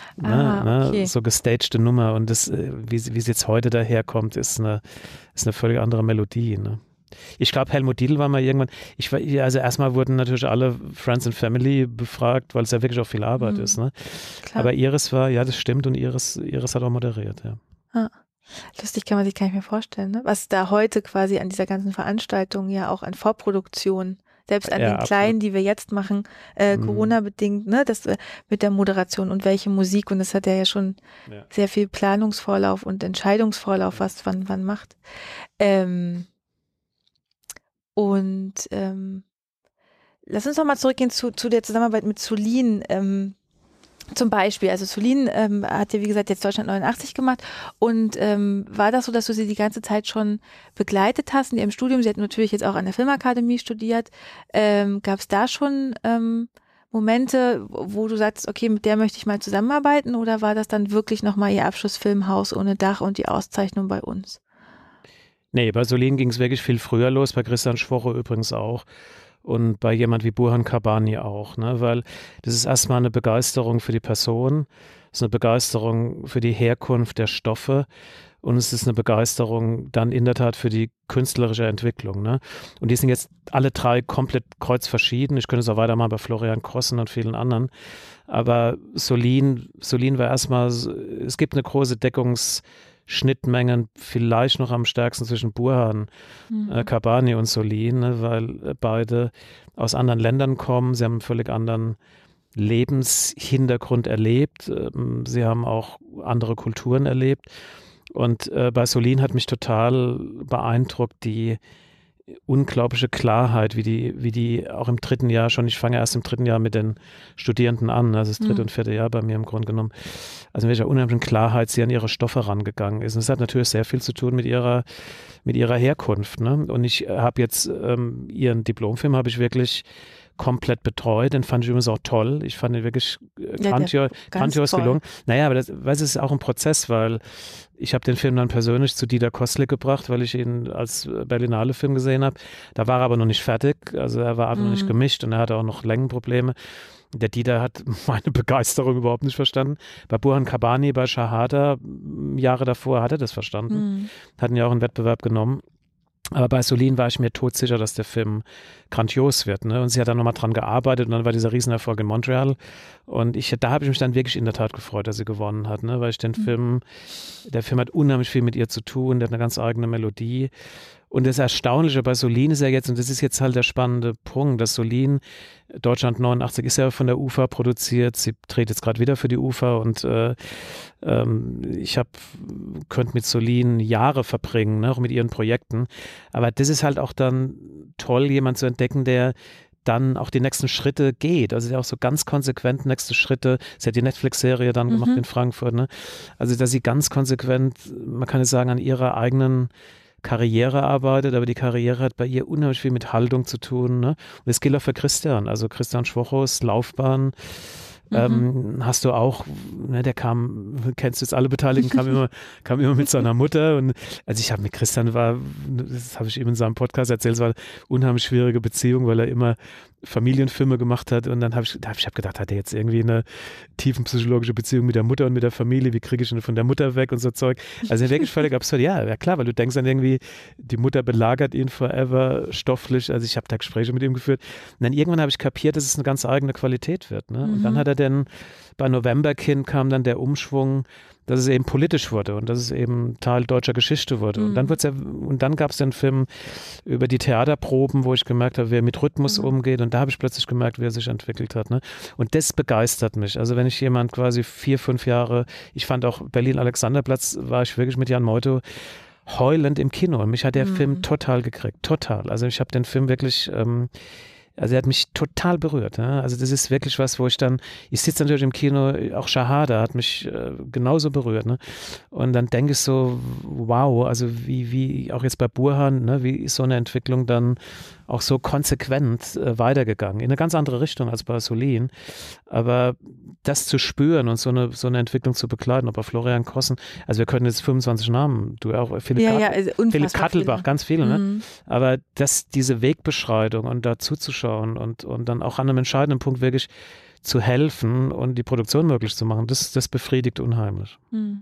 ah, ne, okay. ne, so gestagte Nummer und das, wie, wie es jetzt heute daherkommt, ist eine, ist eine völlig andere Melodie, ne? Ich glaube, Helmut Dietl war mal irgendwann, ich war, also erstmal wurden natürlich alle Friends and Family befragt, weil es ja wirklich auch viel Arbeit mhm. ist. Ne? Aber Iris war, ja, das stimmt und Iris, Iris hat auch moderiert, ja. Ah, lustig kann man sich gar nicht mehr vorstellen, ne? Was da heute quasi an dieser ganzen Veranstaltung ja auch an Vorproduktion, selbst an ja, den absolut. kleinen, die wir jetzt machen, äh, mhm. Corona-bedingt, ne, das äh, mit der Moderation und welche Musik und das hat ja schon ja. sehr viel Planungsvorlauf und Entscheidungsvorlauf, was wann wann macht. Ähm, Und ähm, lass uns noch mal zurückgehen zu, zu der Zusammenarbeit mit Solin ähm, zum Beispiel. Also Solin ähm, hat ja wie gesagt jetzt Deutschland neunundachtzig gemacht und ähm, war das so, dass du sie die ganze Zeit schon begleitet hast in ihrem Studium? Sie hat natürlich jetzt auch an der Filmakademie studiert. Ähm, gab es da schon ähm, Momente, wo du sagst, okay, mit der möchte ich mal zusammenarbeiten oder war das dann wirklich nochmal ihr Abschlussfilm Haus ohne Dach und die Auszeichnung bei uns? Nee, bei Solin ging es wirklich viel früher los, bei Christian Schwoche übrigens auch und bei jemand wie Burhan Kabani auch, ne? Weil das ist erstmal eine Begeisterung für die Person, es ist eine Begeisterung für die Herkunft der Stoffe und es ist eine Begeisterung dann in der Tat für die künstlerische Entwicklung. Ne? Und die sind jetzt alle drei komplett kreuzverschieden. Ich könnte es auch weitermachen bei Florian Krossen und vielen anderen. Aber Solin, Solin war erstmal, es gibt eine große Deckungs- Schnittmengen vielleicht noch am stärksten zwischen Burhan, mhm. äh, Kabani und Solin, ne, weil beide aus anderen Ländern kommen. Sie haben einen völlig anderen Lebenshintergrund erlebt. Ähm, sie haben auch andere Kulturen erlebt. Und äh, bei Solin hat mich total beeindruckt die unglaubliche Klarheit, wie die, wie die auch im dritten Jahr schon, ich fange erst im dritten Jahr mit den Studierenden an, also das dritte mhm. und vierte Jahr bei mir im Grunde genommen, also mit welcher unheimlichen Klarheit sie an ihre Stoffe rangegangen ist. Und das hat natürlich sehr viel zu tun mit ihrer, mit ihrer Herkunft. Ne? Und ich habe jetzt ähm, ihren Diplomfilm habe ich wirklich komplett betreut, den fand ich übrigens auch toll. Ich fand ihn wirklich grandios, ja, grandios gelungen. Naja, aber das, weißt, es ist auch ein Prozess, weil ich habe den Film dann persönlich zu Dieter Kostlik gebracht, weil ich ihn als Berlinale-Film gesehen habe. Da war er aber noch nicht fertig, also er war einfach mhm. noch nicht gemischt und er hatte auch noch Längenprobleme. Der Dieter hat meine Begeisterung überhaupt nicht verstanden. Bei Burhan Kabani, bei Shahada, Jahre davor hat er das verstanden. Mhm. Hatten ja auch einen Wettbewerb genommen. Aber bei Solin war ich mir todsicher, dass der Film grandios wird. Ne? Und sie hat dann nochmal dran gearbeitet und dann war dieser Riesenerfolg in Montreal. Und ich, da habe ich mich dann wirklich in der Tat gefreut, dass sie gewonnen hat, ne? Weil ich den mhm. Film, der Film hat unheimlich viel mit ihr zu tun, der hat eine ganz eigene Melodie. Und das Erstaunliche bei Solin ist ja jetzt, und das ist jetzt halt der spannende Punkt, dass Solin, Deutschland neunundachtzig ist ja von der U F A produziert, sie dreht jetzt gerade wieder für die U F A und äh, ähm, ich habe könnte mit Solin Jahre verbringen, ne, auch mit ihren Projekten. Aber das ist halt auch dann toll, jemanden zu entdecken, der dann auch die nächsten Schritte geht. Also der auch so ganz konsequent nächste Schritte, sie hat die Netflix-Serie dann gemacht mhm. in Frankfurt, ne? Also dass sie ganz konsequent, man kann jetzt sagen, an ihrer eigenen Karriere arbeitet, aber die Karriere hat bei ihr unheimlich viel mit Haltung zu tun. Ne? Und das gilt auch für Christian, also Christian Schwochos Laufbahn. Mhm. Ähm, hast du auch, ne, der kam, kennst du jetzt alle Beteiligten, kam immer, kam immer mit seiner Mutter und also ich habe mit Christian war, das habe ich ihm in seinem Podcast erzählt, es war eine unheimlich schwierige Beziehung, weil er immer Familienfilme gemacht hat und dann habe ich, hab ich hab gedacht, hat er jetzt irgendwie eine tiefenpsychologische Beziehung mit der Mutter und mit der Familie, wie kriege ich ihn von der Mutter weg und so Zeug. Also wirklich völlig absurd. Ja, ja klar, weil du denkst dann irgendwie, die Mutter belagert ihn forever stofflich, also ich habe da Gespräche mit ihm geführt und dann irgendwann habe ich kapiert, dass es eine ganz eigene Qualität wird. Ne? Und mhm. dann hat er denn, bei Novemberkind kam dann der Umschwung, dass es eben politisch wurde und dass es eben Teil deutscher Geschichte wurde. Mhm. Und dann wird's ja, und dann gab es den Film über die Theaterproben, wo ich gemerkt habe, wer mit Rhythmus mhm. umgeht. Und da habe ich plötzlich gemerkt, wie er sich entwickelt hat. Ne? Und das begeistert mich. Also wenn ich jemand quasi vier, fünf Jahre, ich fand auch Berlin-Alexanderplatz, war ich wirklich mit Jan Moito heulend im Kino. Und mich hat der mhm. Film total gekriegt. Total. Also ich habe den Film wirklich... Ähm, Also er hat mich total berührt. Ja? Also das ist wirklich was, wo ich dann, ich sitze natürlich im Kino, auch Shahada hat mich äh, genauso berührt. Ne? Und dann denke ich so, wow, also wie, wie auch jetzt bei Burhan, ne, wie ist so eine Entwicklung dann auch so konsequent äh, weitergegangen, in eine ganz andere Richtung als bei Solin. Aber das zu spüren und so eine, so eine Entwicklung zu begleiten, ob bei Florian Kossen, also wir können jetzt fünfundzwanzig Namen, du auch, Philipp, ja, Kat- ja, also Philipp Kattelbach, viele. ganz viele, mhm. ne? Aber das, diese Wegbeschreitung und da zuzuschauen und, und dann auch an einem entscheidenden Punkt wirklich zu helfen und die Produktion möglich zu machen, das, das befriedigt unheimlich. Mhm.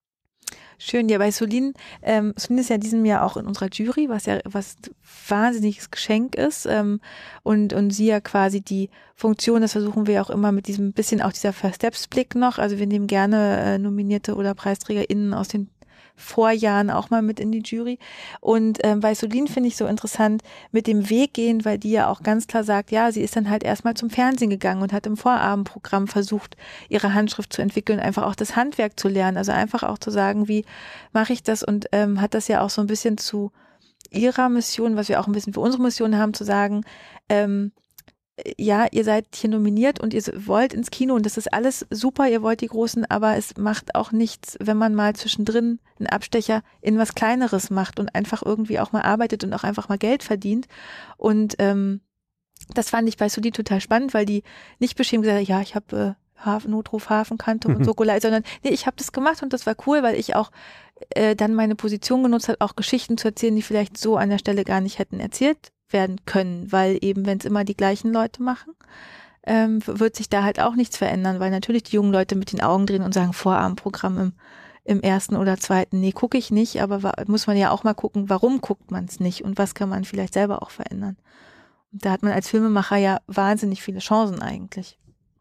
Schön, ja, bei Solin, ähm, Solin ist ja in diesem Jahr auch in unserer Jury, was ja was wahnsinniges Geschenk ist ähm, und, und sie ja quasi die Funktion, das versuchen wir auch immer mit diesem bisschen auch dieser First-Steps-Blick noch, also wir nehmen gerne äh, Nominierte oder PreisträgerInnen aus den Vorjahren auch mal mit in die Jury. Und ähm, bei Solin finde ich so interessant mit dem Weg gehen, weil die ja auch ganz klar sagt, ja, sie ist dann halt erstmal zum Fernsehen gegangen und hat im Vorabendprogramm versucht, ihre Handschrift zu entwickeln, einfach auch das Handwerk zu lernen. Also einfach auch zu sagen, wie mache ich das, und ähm, hat das ja auch so ein bisschen zu ihrer Mission, was wir auch ein bisschen für unsere Mission haben, zu sagen, ähm, ja, ihr seid hier nominiert und ihr wollt ins Kino und das ist alles super, ihr wollt die Großen, aber es macht auch nichts, wenn man mal zwischendrin einen Abstecher in was Kleineres macht und einfach irgendwie auch mal arbeitet und auch einfach mal Geld verdient. Und ähm, das fand ich bei Solin total spannend, weil die nicht beschämt gesagt hat, ja, ich habe äh, Hafen, Notruf Hafenkantum und Sokolai, sondern nee, ich habe das gemacht und das war cool, weil ich auch äh, dann meine Position genutzt habe, auch Geschichten zu erzählen, die vielleicht so an der Stelle gar nicht hätten erzählt werden können, weil eben, wenn es immer die gleichen Leute machen, ähm, wird sich da halt auch nichts verändern, weil natürlich die jungen Leute mit den Augen drehen und sagen, Vorabendprogramm im, im ersten oder zweiten, nee, gucke ich nicht, aber wa- muss man ja auch mal gucken, warum guckt man es nicht und was kann man vielleicht selber auch verändern. Und da hat man als Filmemacher ja wahnsinnig viele Chancen eigentlich.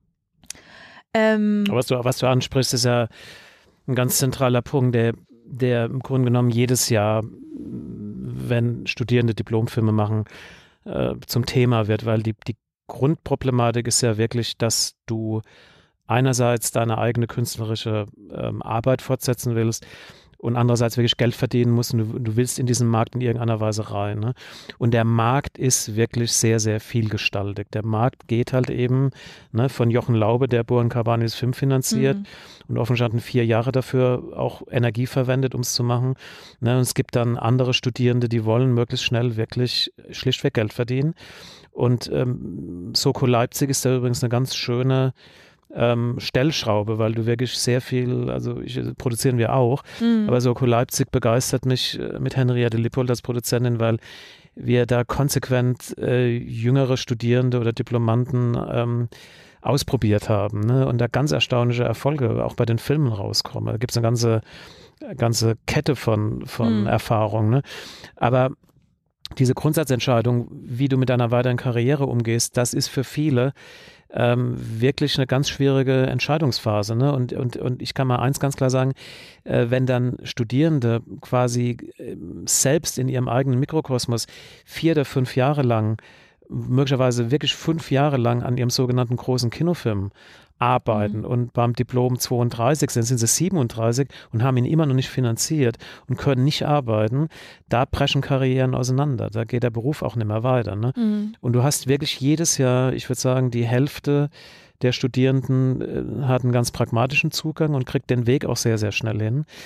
Ähm, Aber was du, was du ansprichst, ist ja ein ganz zentraler Punkt, der, der im Grunde genommen jedes Jahr, wenn Studierende Diplomfilme machen, äh, zum Thema wird, weil die, die Grundproblematik ist ja wirklich, dass du einerseits deine eigene künstlerische ähm, Arbeit fortsetzen willst und andererseits wirklich Geld verdienen musst und du, du willst in diesen Markt in irgendeiner Weise rein. Ne? Und der Markt ist wirklich sehr, sehr vielgestaltig. Der Markt geht halt eben ne, von Jochen Laube, der Burhan Kabanis Film finanziert mhm. und offensichtlich vier Jahre dafür auch Energie verwendet, um es zu machen. Ne? Und es gibt dann andere Studierende, die wollen möglichst schnell wirklich schlichtweg Geld verdienen. Und ähm, Soko Leipzig ist da übrigens eine ganz schöne Ähm, Stellschraube, weil du wirklich sehr viel, also ich, produzieren wir auch, mhm. aber Soko Leipzig begeistert mich äh, mit Henriette Lippold als Produzentin, weil wir da konsequent äh, jüngere Studierende oder Diplomanten ähm, ausprobiert haben ne? und da ganz erstaunliche Erfolge auch bei den Filmen rauskommen. Da gibt es eine ganze, ganze Kette von, von mhm. Erfahrungen. Ne? Aber diese Grundsatzentscheidung, wie du mit deiner weiteren Karriere umgehst, das ist für viele Ähm, wirklich eine ganz schwierige Entscheidungsphase. Ne? Und, und, und ich kann mal eins ganz klar sagen, äh, wenn dann Studierende quasi äh, selbst in ihrem eigenen Mikrokosmos vier oder fünf Jahre lang, möglicherweise wirklich fünf Jahre lang an ihrem sogenannten großen Kinofilm arbeiten mhm. und beim Diplom zweiunddreißig sind, sind sie siebenunddreißig und haben ihn immer noch nicht finanziert und können nicht arbeiten, da brechen Karrieren auseinander. Da geht der Beruf auch nicht mehr weiter. Ne? Mhm. Und du hast wirklich jedes Jahr, ich würde sagen, die Hälfte der Studierenden äh, hat einen ganz pragmatischen Zugang und kriegt den Weg auch sehr, sehr schnell hin.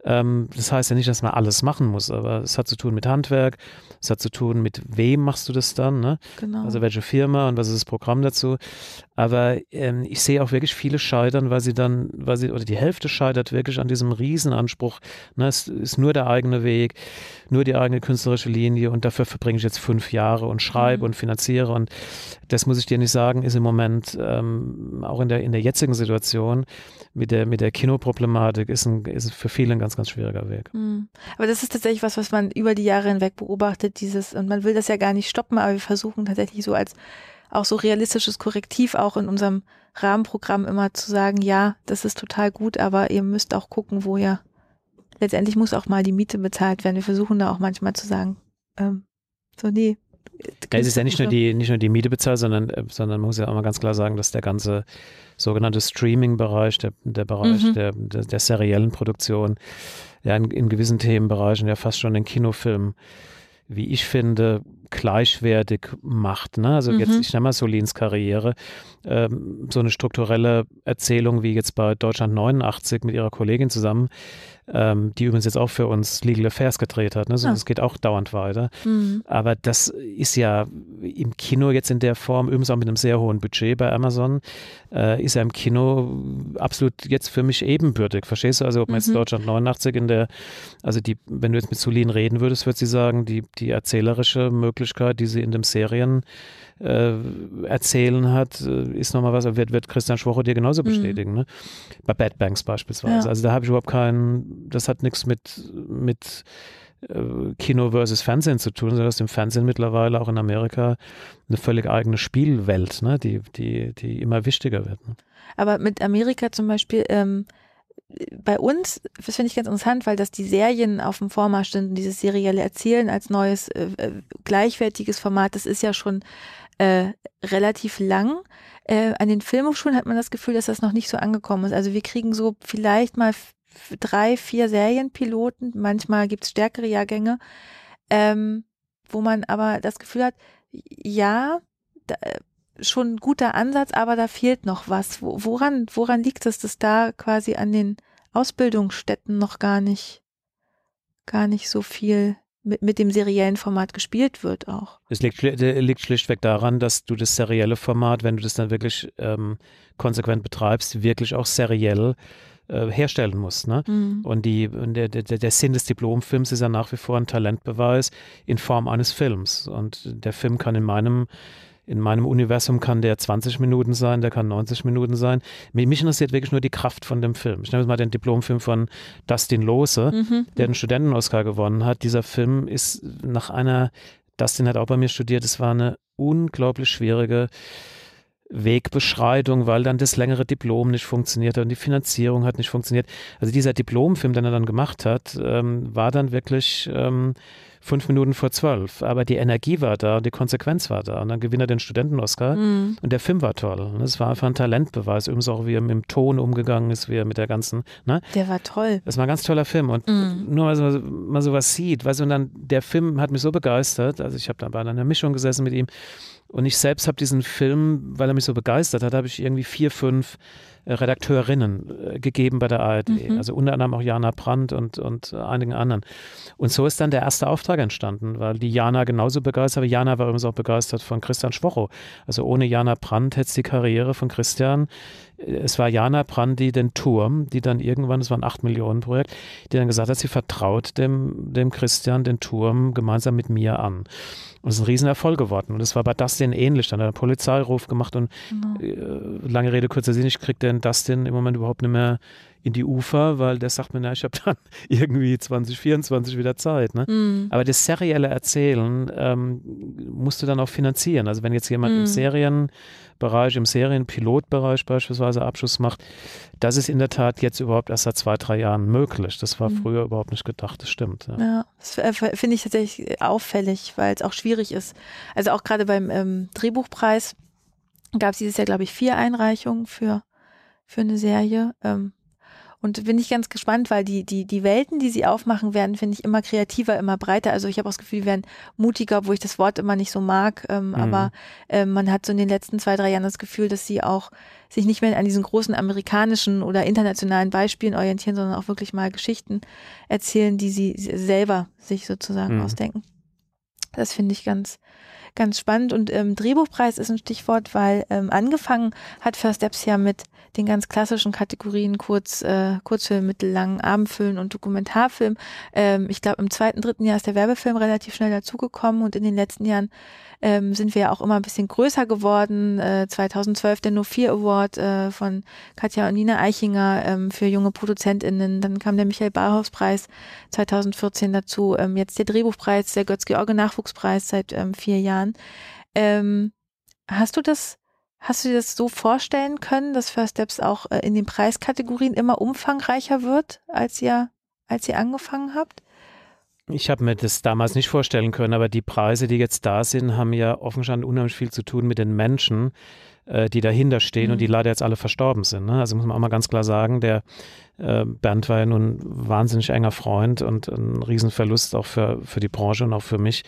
Ähm, das heißt ja nicht, dass man alles machen muss, aber es hat zu tun mit Handwerk, es hat zu tun mit wem machst du das dann, ne? Genau. Also welche Firma und was ist das Programm dazu. Aber ähm, ich sehe auch wirklich viele scheitern, weil sie dann, weil sie, oder die Hälfte scheitert wirklich an diesem Riesenanspruch, ne? Es ist nur der eigene Weg, nur die eigene künstlerische Linie und dafür verbringe ich jetzt fünf Jahre und schreibe mhm. und finanziere und das muss ich dir nicht sagen, ist im Moment ähm, auch in der, in der jetzigen Situation mit der, mit der Kinoproblematik ist, ein, ist für viele ein ganz, ganz schwieriger Weg. Mhm. Aber das ist tatsächlich was, was man über die Jahre hinweg beobachtet, dieses, und man will das ja gar nicht stoppen, aber wir versuchen tatsächlich so als auch so realistisches Korrektiv auch in unserem Rahmenprogramm immer zu sagen, ja, das ist total gut, aber ihr müsst auch gucken, wo ihr, letztendlich muss auch mal die Miete bezahlt werden. Wir versuchen da auch manchmal zu sagen, ähm, so nee. Ja, es ist ja nicht nur die, nicht nur die Miete bezahlt, sondern, sondern man muss ja auch mal ganz klar sagen, dass der ganze sogenannte Streaming-Bereich, der, der Bereich mhm. der, der, der seriellen Produktion, ja in, in gewissen Themenbereichen ja fast schon den Kinofilm, wie ich finde, gleichwertig macht. Ne? Also mhm. jetzt, ich nenne mal Solins Karriere, ähm, so eine strukturelle Erzählung wie jetzt bei Deutschland neunundachtzig mit ihrer Kollegin zusammen, ähm, die übrigens jetzt auch für uns Legal Affairs gedreht hat. Ne? So, ja. Das geht auch dauernd weiter. Mhm. Aber das ist ja im Kino jetzt in der Form, übrigens auch mit einem sehr hohen Budget bei Amazon, äh, ist ja im Kino absolut jetzt für mich ebenbürtig. Verstehst du? Also ob man mhm. jetzt Deutschland neunundachtzig in der, also die, wenn du jetzt mit Solin reden würdest, würde sie sagen, die, die erzählerische Möglichkeit, die sie in dem Serien äh, erzählen hat, ist nochmal was, wird, wird Christian Schwocho dir genauso bestätigen. Mhm. Ne? Bei Bad Banks beispielsweise. Ja. Also da habe ich überhaupt keinen, das hat nichts mit, mit äh, Kino versus Fernsehen zu tun, sondern dass im Fernsehen mittlerweile auch in Amerika eine völlig eigene Spielwelt, ne? die, die, die immer wichtiger wird. Ne? Aber mit Amerika zum Beispiel, ähm, bei uns, das finde ich ganz interessant, weil das die Serien auf dem Vormarsch sind, dieses serielle Erzählen als neues, äh, gleichwertiges Format, das ist ja schon äh, relativ lang. Äh, an den Filmhochschulen hat man das Gefühl, dass das noch nicht so angekommen ist. Also wir kriegen so vielleicht mal f- drei, vier Serienpiloten, manchmal gibt es stärkere Jahrgänge, ähm, wo man aber das Gefühl hat, ja, da, schon ein guter Ansatz, aber da fehlt noch was. Woran, woran liegt es, dass da quasi an den Ausbildungsstätten noch gar nicht, gar nicht so viel mit, mit dem seriellen Format gespielt wird auch? Es liegt, liegt schlichtweg daran, dass du das serielle Format, wenn du das dann wirklich ähm, konsequent betreibst, wirklich auch seriell äh, herstellen musst. Ne? Mhm. Und die, der, der, der Sinn des Diplomfilms ist ja nach wie vor ein Talentbeweis in Form eines Films. Und der Film kann in meinem In meinem Universum kann der zwanzig Minuten sein, der kann neunzig Minuten sein. Mich interessiert wirklich nur die Kraft von dem Film. Ich nehme jetzt mal den Diplomfilm von Dustin Lose, mhm. der den Studenten-Oscar gewonnen hat. Dieser Film ist nach einer, Dustin hat auch bei mir studiert, es war eine unglaublich schwierige Wegbeschreitung, weil dann das längere Diplom nicht funktioniert hat und die Finanzierung hat nicht funktioniert. Also dieser Diplomfilm, den er dann gemacht hat, ähm, war dann wirklich ähm, fünf Minuten vor zwölf. Aber die Energie war da und die Konsequenz war da. Und dann gewinnt er den Studenten-Oscar mhm. und der Film war toll. Es war einfach ein Talentbeweis. Übrigens auch, wie er mit dem Ton umgegangen ist, wie er mit der ganzen, ne? Der war toll. Das war ein ganz toller Film. Und mhm. nur mal, so, mal sowas sieht, weißt du, und dann der Film hat mich so begeistert. Also ich habe dann bei einer Mischung gesessen mit ihm. Und ich selbst habe diesen Film, weil er mich so begeistert hat, habe ich irgendwie vier, fünf äh, Redakteurinnen äh, gegeben bei der A R D. Mhm. Also unter anderem auch Jana Brandt und, und äh, einigen anderen. Und so ist dann der erste Auftrag entstanden, weil die Jana genauso begeistert war. Jana war übrigens auch begeistert von Christian Schwocho. Also ohne Jana Brandt hätte es die Karriere von Christian. Es war Jana Brandt, die den Turm, die dann irgendwann, das war ein acht Millionen Projekt, die dann gesagt hat, sie vertraut dem, dem Christian den Turm gemeinsam mit mir an. Und es ist ein Riesenerfolg geworden. Und das war bei Dustin ähnlich. Dann hat er einen Polizeiruf gemacht und genau. äh, lange Rede, kurzer Sinn, ich kriege den Dustin im Moment überhaupt nicht mehr in die Ufer, weil der sagt mir, na, ich habe dann irgendwie zwanzig vierundzwanzig wieder Zeit. Ne? Mm. Aber das serielle Erzählen ähm, musst du dann auch finanzieren. Also wenn jetzt jemand mm. im Serienbereich, im Serienpilotbereich beispielsweise Abschluss macht, das ist in der Tat jetzt überhaupt erst seit zwei, drei Jahren möglich. Das war mm. früher überhaupt nicht gedacht, das stimmt. Ja, ja das finde ich tatsächlich auffällig, weil es auch schwierig ist. Also auch gerade beim ähm, Drehbuchpreis gab es dieses Jahr, glaube ich, vier Einreichungen für, für eine Serie. Ähm, Und bin ich ganz gespannt, weil die, die, die Welten, die sie aufmachen werden, finde ich immer kreativer, immer breiter. Also ich habe auch das Gefühl, die werden mutiger, obwohl ich das Wort immer nicht so mag. Ähm, mhm. Aber äh, man hat so in den letzten zwei, drei Jahren das Gefühl, dass sie auch sich nicht mehr an diesen großen amerikanischen oder internationalen Beispielen orientieren, sondern auch wirklich mal Geschichten erzählen, die sie selber sich sozusagen mhm. ausdenken. Das finde ich ganz Ganz spannend und ähm, Drehbuchpreis ist ein Stichwort, weil ähm, angefangen hat First Steps ja mit den ganz klassischen Kategorien Kurz, äh, Kurzfilm, Mittellang, Abendfilm und Dokumentarfilm. Ähm, ich glaube, im zweiten, dritten Jahr ist der Werbefilm relativ schnell dazugekommen und in den letzten Jahren ähm, sind wir ja auch immer ein bisschen größer geworden. Äh, zweitausendzwölf der No vier Award äh, von Katja und Nina Eichinger ähm, für junge ProduzentInnen. Dann kam der Michael Ballhaus Preis zweitausendvierzehn dazu. Ähm, jetzt der Drehbuchpreis, der Götz-George Nachwuchspreis seit ähm, vier Jahren. Ähm, hast du das, hast du dir das so vorstellen können, dass First Steps auch äh, in den Preiskategorien immer umfangreicher wird, als ihr, als ihr angefangen habt? Ich habe mir das damals nicht vorstellen können, aber die Preise, die jetzt da sind, haben ja offensichtlich unheimlich viel zu tun mit den Menschen, äh, die dahinter stehen mhm. und die leider jetzt alle verstorben sind. Ne? Also muss man auch mal ganz klar sagen, der äh, Bernd war ja nun ein wahnsinnig enger Freund und ein Riesenverlust auch für, für die Branche und auch für mich.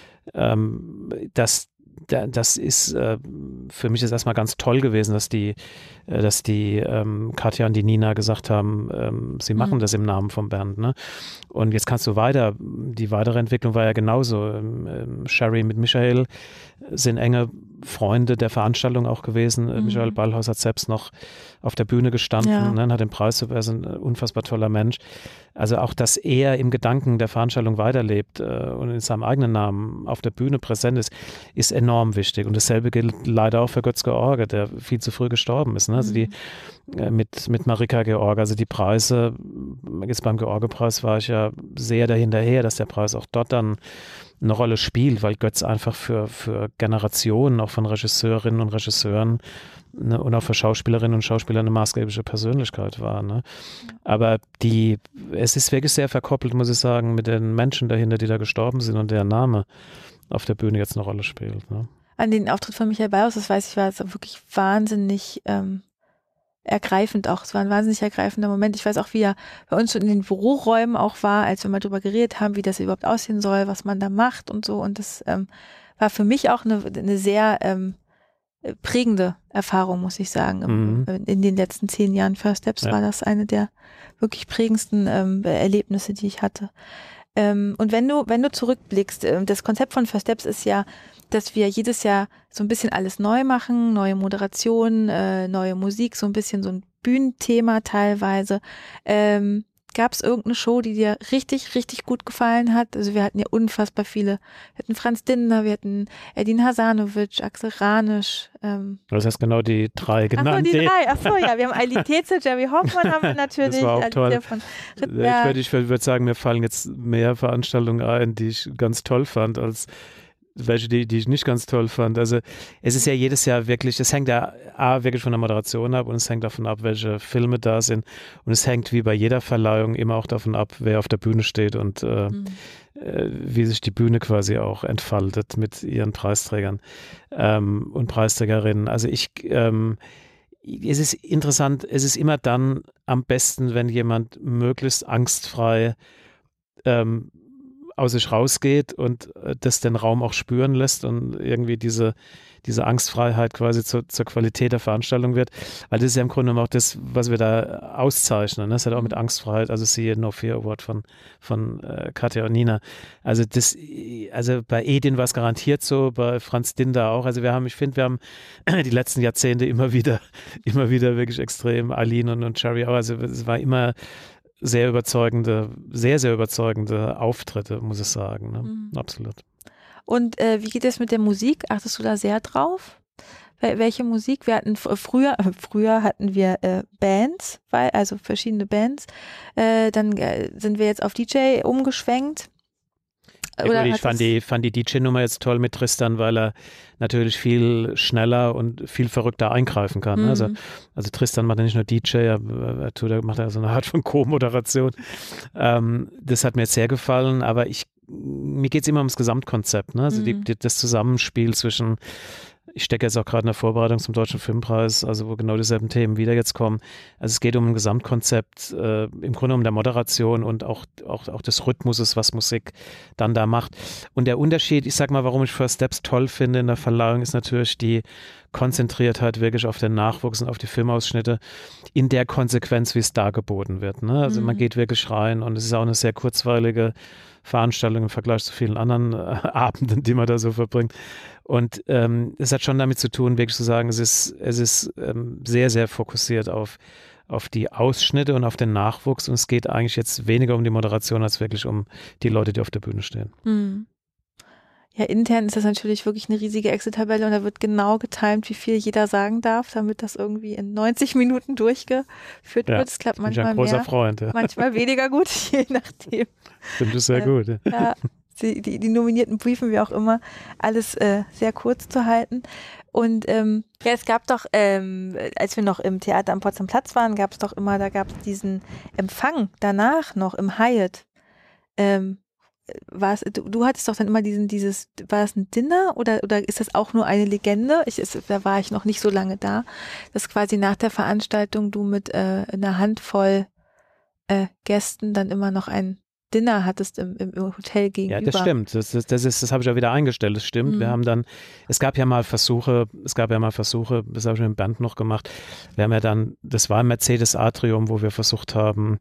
Ähm, das Das ist äh, für mich ist erstmal ganz toll gewesen, dass die, äh, dass die ähm, Katja und die Nina gesagt haben, ähm, sie machen mhm. das im Namen von Bernd. Ne? Und jetzt kannst du weiter, die weitere Entwicklung war ja genauso. Ähm, Sherry mit Michael sind enge Freunde der Veranstaltung auch gewesen. Mhm. Michael Ballhaus hat selbst noch auf der Bühne gestanden, ja. ne, hat den Preis, er ist ein unfassbar toller Mensch. Also auch, dass er im Gedanken der Veranstaltung weiterlebt äh, und in seinem eigenen Namen auf der Bühne präsent ist, ist enorm wichtig. Und dasselbe gilt leider auch für Götz-George, der viel zu früh gestorben ist. Ne? Also die äh, mit, mit Marika George, also die Preise, jetzt beim George-Preis war ich ja sehr dahinterher, dass der Preis auch dort dann eine Rolle spielt, weil Götz einfach für, für Generationen auch von Regisseurinnen und Regisseuren ne, und auch für Schauspielerinnen und Schauspieler eine maßgebliche Persönlichkeit war. Ne? Aber die, es ist wirklich sehr verkoppelt, muss ich sagen, mit den Menschen dahinter, die da gestorben sind und der Name auf der Bühne jetzt eine Rolle spielt. Ne? An den Auftritt von Michael Ballhaus, das weiß ich, war es wirklich wahnsinnig ähm, ergreifend auch. Es war ein wahnsinnig ergreifender Moment. Ich weiß auch, wie er bei uns schon in den Büroräumen auch war, als wir mal drüber geredet haben, wie das überhaupt aussehen soll, was man da macht und so. Und das ähm, war für mich auch eine, eine sehr ähm, prägende Erfahrung, muss ich sagen. Mhm. In den letzten zehn Jahren First Steps ja. war das eine der wirklich prägendsten ähm, Erlebnisse, die ich hatte. Ähm, und wenn du, wenn du zurückblickst, äh, das Konzept von First Steps ist ja, dass wir jedes Jahr so ein bisschen alles neu machen, neue Moderation, äh, neue Musik, so ein bisschen so ein Bühnenthema teilweise. Ähm, Gab es irgendeine Show, die dir richtig, richtig gut gefallen hat? Also wir hatten ja unfassbar viele. Wir hatten Franz Dindner, wir hatten Edin Hasanovic, Axel Ranisch. Ähm. Das heißt genau die drei genannt. Ach so, die drei. Ach so, ja. Wir haben Eili Tetzel, Jerry Hoffmann haben wir natürlich. Das war auch toll. Von ich würde ich würd sagen, mir fallen jetzt mehr Veranstaltungen ein, die ich ganz toll fand, als welche, die, die ich nicht ganz toll fand. Also es ist ja jedes Jahr wirklich, es hängt ja A, wirklich von der Moderation ab und es hängt davon ab, welche Filme da sind und es hängt wie bei jeder Verleihung immer auch davon ab, wer auf der Bühne steht und äh, mhm. äh, wie sich die Bühne quasi auch entfaltet mit ihren Preisträgern ähm, und Preisträgerinnen. Also ich ähm, es ist interessant, es ist immer dann am besten, wenn jemand möglichst angstfrei ähm, aus sich rausgeht und das den Raum auch spüren lässt und irgendwie diese, diese Angstfreiheit quasi zur, zur Qualität der Veranstaltung wird. Weil das ist ja im Grunde auch das, was wir da auszeichnen. Ne? Das hat auch mit Angstfreiheit, also siehe No vier Award von, von äh, Katja und Nina. Also das, also bei Edin war es garantiert so, bei Franz Dindner auch. Also wir haben, ich finde, wir haben die letzten Jahrzehnte immer wieder, immer wieder wirklich extrem, Aline und, und Cherry auch. Also es war immer sehr überzeugende, sehr, sehr überzeugende Auftritte, muss ich sagen. Ne? Mhm. Absolut. Und äh, wie geht es mit der Musik? Achtest du da sehr drauf? Welche Musik? Wir hatten früher, früher hatten wir äh, Bands, weil, also verschiedene Bands. Äh, dann äh, sind wir jetzt auf D J umgeschwenkt. Ja, gut, ich fand die, fand die D J-Nummer jetzt toll mit Tristan, weil er natürlich viel schneller und viel verrückter eingreifen kann. Mhm. Also, also Tristan macht ja nicht nur D J, er, er, tut, er macht ja so eine Art von Co-Moderation. Ähm, das hat mir jetzt sehr gefallen, aber ich, mir geht es immer ums Gesamtkonzept. Ne? Also mhm. die, die, das Zusammenspiel zwischen Ich stecke jetzt auch gerade in der Vorbereitung zum Deutschen Filmpreis, also wo genau dieselben Themen wieder jetzt kommen. Also es geht um ein Gesamtkonzept, äh, im Grunde um der Moderation und auch, auch, auch des Rhythmuses, was Musik dann da macht. Und der Unterschied, ich sag mal, warum ich First Steps toll finde in der Verleihung, ist natürlich die Konzentriertheit wirklich auf den Nachwuchs und auf die Filmausschnitte in der Konsequenz, wie es dargeboten wird. Ne? Also mhm. man geht wirklich rein und es ist auch eine sehr kurzweilige Veranstaltung im Vergleich zu vielen anderen äh, Abenden, die man da so verbringt. Und ähm, es hat schon damit zu tun, wirklich zu sagen, es ist, es ist ähm, sehr, sehr fokussiert auf, auf die Ausschnitte und auf den Nachwuchs. Und es geht eigentlich jetzt weniger um die Moderation als wirklich um die Leute, die auf der Bühne stehen. Mhm. Ja, intern ist das natürlich wirklich eine riesige Excel-Tabelle und da wird genau getimt, wie viel jeder sagen darf, damit das irgendwie in neunzig Minuten durchgeführt ja, wird. Es klappt manchmal ein großer mehr, Freund, ja. manchmal weniger gut, je nachdem. Finde ich sehr äh, gut. Ja. ja die, die, die Nominierten briefen wir auch immer, alles äh, sehr kurz zu halten. Und ähm, ja, es gab doch, ähm, als wir noch im Theater am Potsdamer Platz waren, gab es doch immer, da gab es diesen Empfang danach noch im Hyatt. Ähm, War es, du, du hattest doch dann immer diesen, dieses, war das ein Dinner oder, oder ist das auch nur eine Legende? Ich, es, da war ich noch nicht so lange da, dass quasi nach der Veranstaltung du mit äh, einer Handvoll äh, Gästen dann immer noch ein Dinner hattest im, im Hotel gegenüber. Ja, das stimmt. Das, das, das, ist, das habe ich ja wieder eingestellt. Das stimmt. Mhm. Wir haben dann, es gab ja mal Versuche, es gab ja mal Versuche, das habe ich mit dem Band noch gemacht. Wir haben ja dann, das war im Mercedes Atrium, wo wir versucht haben,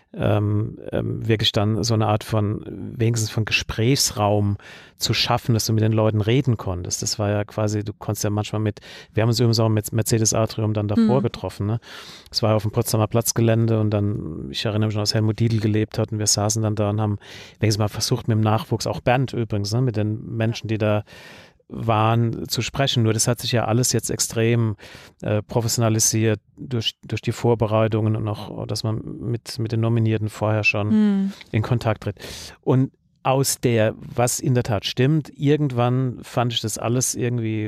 Ähm, ähm, wirklich dann so eine Art von, wenigstens von Gesprächsraum zu schaffen, dass du mit den Leuten reden konntest. Das war ja quasi, du konntest ja manchmal mit, wir haben uns übrigens auch mit Mercedes Atrium dann davor mhm. getroffen. Ne? Das war ja auf dem Potsdamer Platzgelände und dann, ich erinnere mich noch, dass Helmut Dietl gelebt hat und wir saßen dann da und haben wenigstens mal versucht mit dem Nachwuchs, auch Bernd übrigens, ne? Mit den Menschen, die da waren, zu sprechen. Nur das hat sich ja alles jetzt extrem äh, professionalisiert durch, durch die Vorbereitungen und auch, dass man mit, mit den Nominierten vorher schon mm. in Kontakt tritt. Und aus der, was in der Tat stimmt, irgendwann fand ich das alles irgendwie,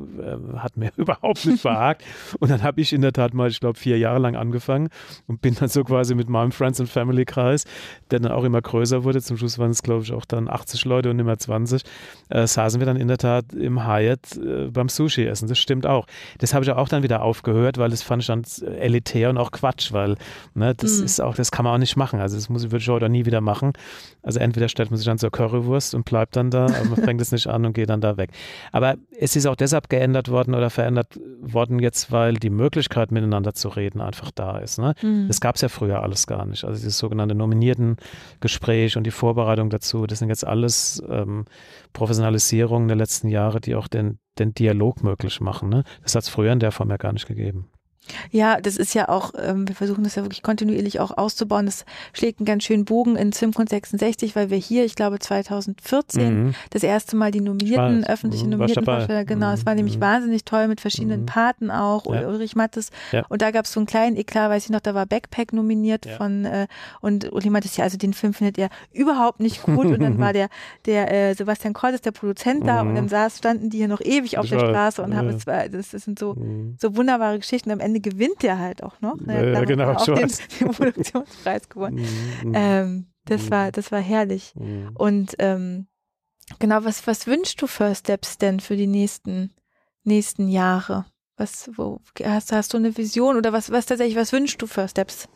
äh, hat mir überhaupt nicht behagt. Und dann habe ich in der Tat mal, ich glaube, vier Jahre lang angefangen und bin dann so quasi mit meinem Friends and Family Kreis, der dann auch immer größer wurde. Zum Schluss waren es, glaube ich, auch dann achtzig Leute und nicht mehr zwanzig. Äh, saßen wir dann in der Tat im Hyatt äh, beim Sushi essen. Das stimmt auch. Das habe ich auch dann wieder aufgehört, weil das fand ich dann elitär und auch Quatsch, weil ne, das mhm. ist auch, das kann man auch nicht machen. Also das muss ich, würde ich heute nie wieder machen. Also entweder stellt man sich dann zur Currywurst und bleibt dann da, aber man fängt es nicht an und geht dann da weg. Aber es ist auch deshalb geändert worden oder verändert worden jetzt, weil die Möglichkeit miteinander zu reden einfach da ist. Ne? Mhm. Das gab es ja früher alles gar nicht. Also dieses sogenannte Nominiertengespräch und die Vorbereitung dazu, das sind jetzt alles ähm, Professionalisierungen der letzten Jahre, die auch den, den Dialog möglich machen. Ne? Das hat es früher in der Form ja gar nicht gegeben. Ja, das ist ja auch, ähm, wir versuchen das ja wirklich kontinuierlich auch auszubauen. Das schlägt einen ganz schönen Bogen in Filmkunst sechsundsechzig, weil wir hier, ich glaube zweitausendvierzehn, mhm. das erste Mal die Nominierten, öffentliche mhm. Nominierten vorstellen. Genau, es mhm. war nämlich mhm. wahnsinnig toll mit verschiedenen mhm. Paten auch, ja. Ulrich Mattes. Ja. Und da gab es so einen kleinen Eklat, weiß ich noch, da war Backpack nominiert ja. von, äh, und Uli Mattes, ja, also den Film findet er überhaupt nicht gut. Und dann war der, der äh, Sebastian Cordes, der Produzent da, mhm. und dann saß, standen die hier noch ewig auf ich der weiß. Straße und ja. haben, es war, das, das sind so, mhm. so wunderbare Geschichten. Am Ende gewinnt der halt auch noch. Ne? Ja, genau, auch den, den Produktionspreis gewonnen. Mm, ähm, das mm, war, das war herrlich. Mm. Und ähm, genau, was, was wünschst du First Steps denn für die nächsten, nächsten Jahre? Was, wo, hast, hast du eine Vision oder was, was tatsächlich, was wünschst du First Steps?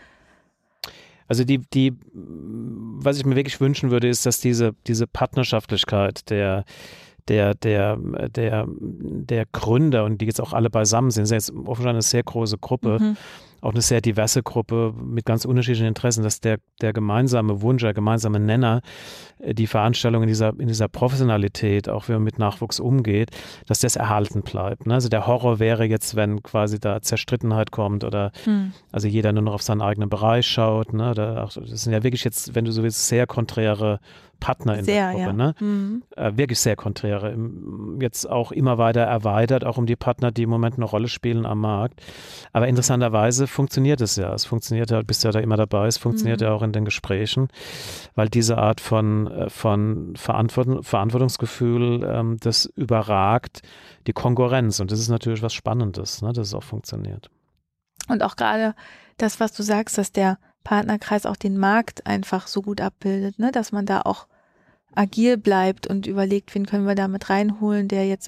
Also die, die, was ich mir wirklich wünschen würde, ist, dass diese, diese Partnerschaftlichkeit der Der, der, der, der Gründer und die jetzt auch alle beisammen sind, sind jetzt offensichtlich eine sehr große Gruppe, mhm. auch eine sehr diverse Gruppe mit ganz unterschiedlichen Interessen, dass der, der gemeinsame Wunsch, der gemeinsame Nenner, die Veranstaltung in dieser, in dieser Professionalität, auch wie man mit Nachwuchs umgeht, dass das erhalten bleibt. Ne? Also der Horror wäre jetzt, wenn quasi da Zerstrittenheit kommt oder mhm. also jeder nur noch auf seinen eigenen Bereich schaut. Ne? Oder auch, das sind ja wirklich jetzt, wenn du so willst, sehr konträre Partner in sehr, der Gruppe, ja. ne? Mhm. Äh, wirklich sehr konträre. Jetzt auch immer weiter erweitert, auch um die Partner, die im Moment eine Rolle spielen am Markt. Aber interessanterweise funktioniert es ja. Es funktioniert ja, bist ja da immer dabei, es funktioniert mhm. ja auch in den Gesprächen, weil diese Art von, von Verantwortung, Verantwortungsgefühl, ähm, das überragt die Konkurrenz. Und das ist natürlich was Spannendes, ne? Dass es auch funktioniert. Und auch gerade das, was du sagst, dass der Partnerkreis auch den Markt einfach so gut abbildet, ne? Dass man da auch agil bleibt und überlegt, wen können wir da mit reinholen, der jetzt auch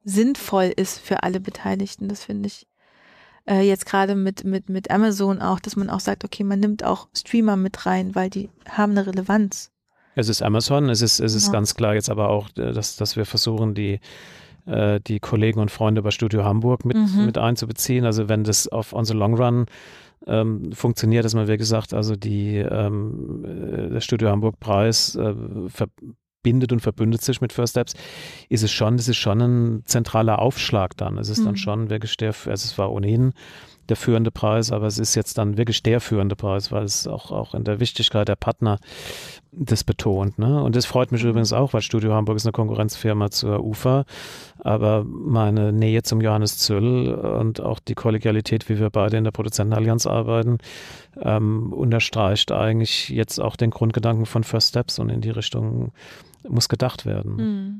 sinnvoll ist für alle Beteiligten. Das finde ich äh, jetzt gerade mit, mit, mit Amazon auch, dass man auch sagt, okay, man nimmt auch Streamer mit rein, weil die haben eine Relevanz. Es ist Amazon, es ist, es ist Ja. ganz klar jetzt aber auch, dass, dass wir versuchen, die, äh, die Kollegen und Freunde bei Studio Hamburg mit, Mhm. mit einzubeziehen. Also wenn das auf On the Long Run ähm, funktioniert, dass man, wie gesagt, also die, ähm, äh, der Studio Hamburg Preis äh, verbindet und verbündet sich mit First Steps, ist es schon, das ist schon ein zentraler Aufschlag dann. Es ist Mhm. dann schon wirklich der, also es war ohnehin der führende Preis, aber es ist jetzt dann wirklich der führende Preis, weil es auch, auch in der Wichtigkeit der Partner das betont. Ne? Und das freut mich Mhm. übrigens auch, weil Studio Hamburg ist eine Konkurrenzfirma zur U F A, aber meine Nähe zum Johannes Zöll und auch die Kollegialität, wie wir beide in der Produzentenallianz arbeiten, ähm, unterstreicht eigentlich jetzt auch den Grundgedanken von First Steps, und in die Richtung muss gedacht werden. Mhm.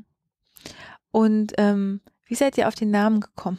Und ähm, wie seid ihr auf den Namen gekommen?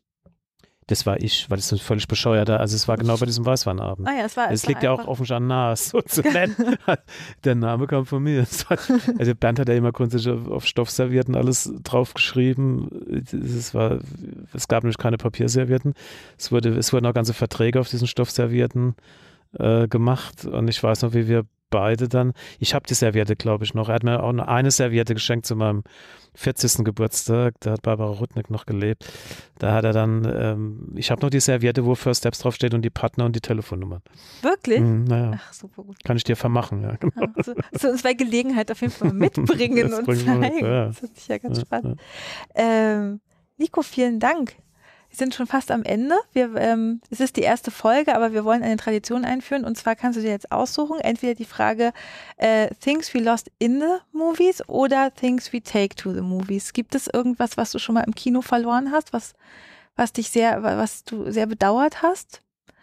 Das war ich, weil es ein völlig bescheuerter, also es war genau bei diesem Weißweinabend. Ah ja, es war Es war liegt ja auch einfach- offensichtlich nahe, es so zu nennen. Der Name kam von mir. Es war, also Bernd hat ja immer grundsätzlich auf, auf Stoffservietten alles draufgeschrieben. Es, war, es gab nämlich keine Papierservietten. Es, wurde, es wurden auch ganze Verträge auf diesen Stoffservietten äh, gemacht, und ich weiß noch, wie wir beide dann, ich habe die Serviette, glaube ich, noch. Er hat mir auch noch eine Serviette geschenkt zu meinem vierzigsten Geburtstag. Da hat Barbara Rudnick noch gelebt. Da hat er dann, ähm, ich habe noch die Serviette, wo First Steps draufsteht und die Partner und die Telefonnummern. Wirklich? Mhm, naja, Ach, super gut. kann ich dir vermachen, ja. Genau. Ja, so, so uns bei Gelegenheit auf jeden Fall mitbringen Das und bringen wir mit, zeigen. ja. Das ist ja ganz Ja, spannend. Ähm, Nico, vielen Dank. Wir sind schon fast am Ende. Wir, ähm, es ist die erste Folge, aber wir wollen eine Tradition einführen. Und zwar kannst du dir jetzt aussuchen, entweder die Frage äh, Things we lost in the movies oder Things we take to the movies. Gibt es irgendwas, was du schon mal im Kino verloren hast, was, was dich sehr, was du sehr bedauert hast?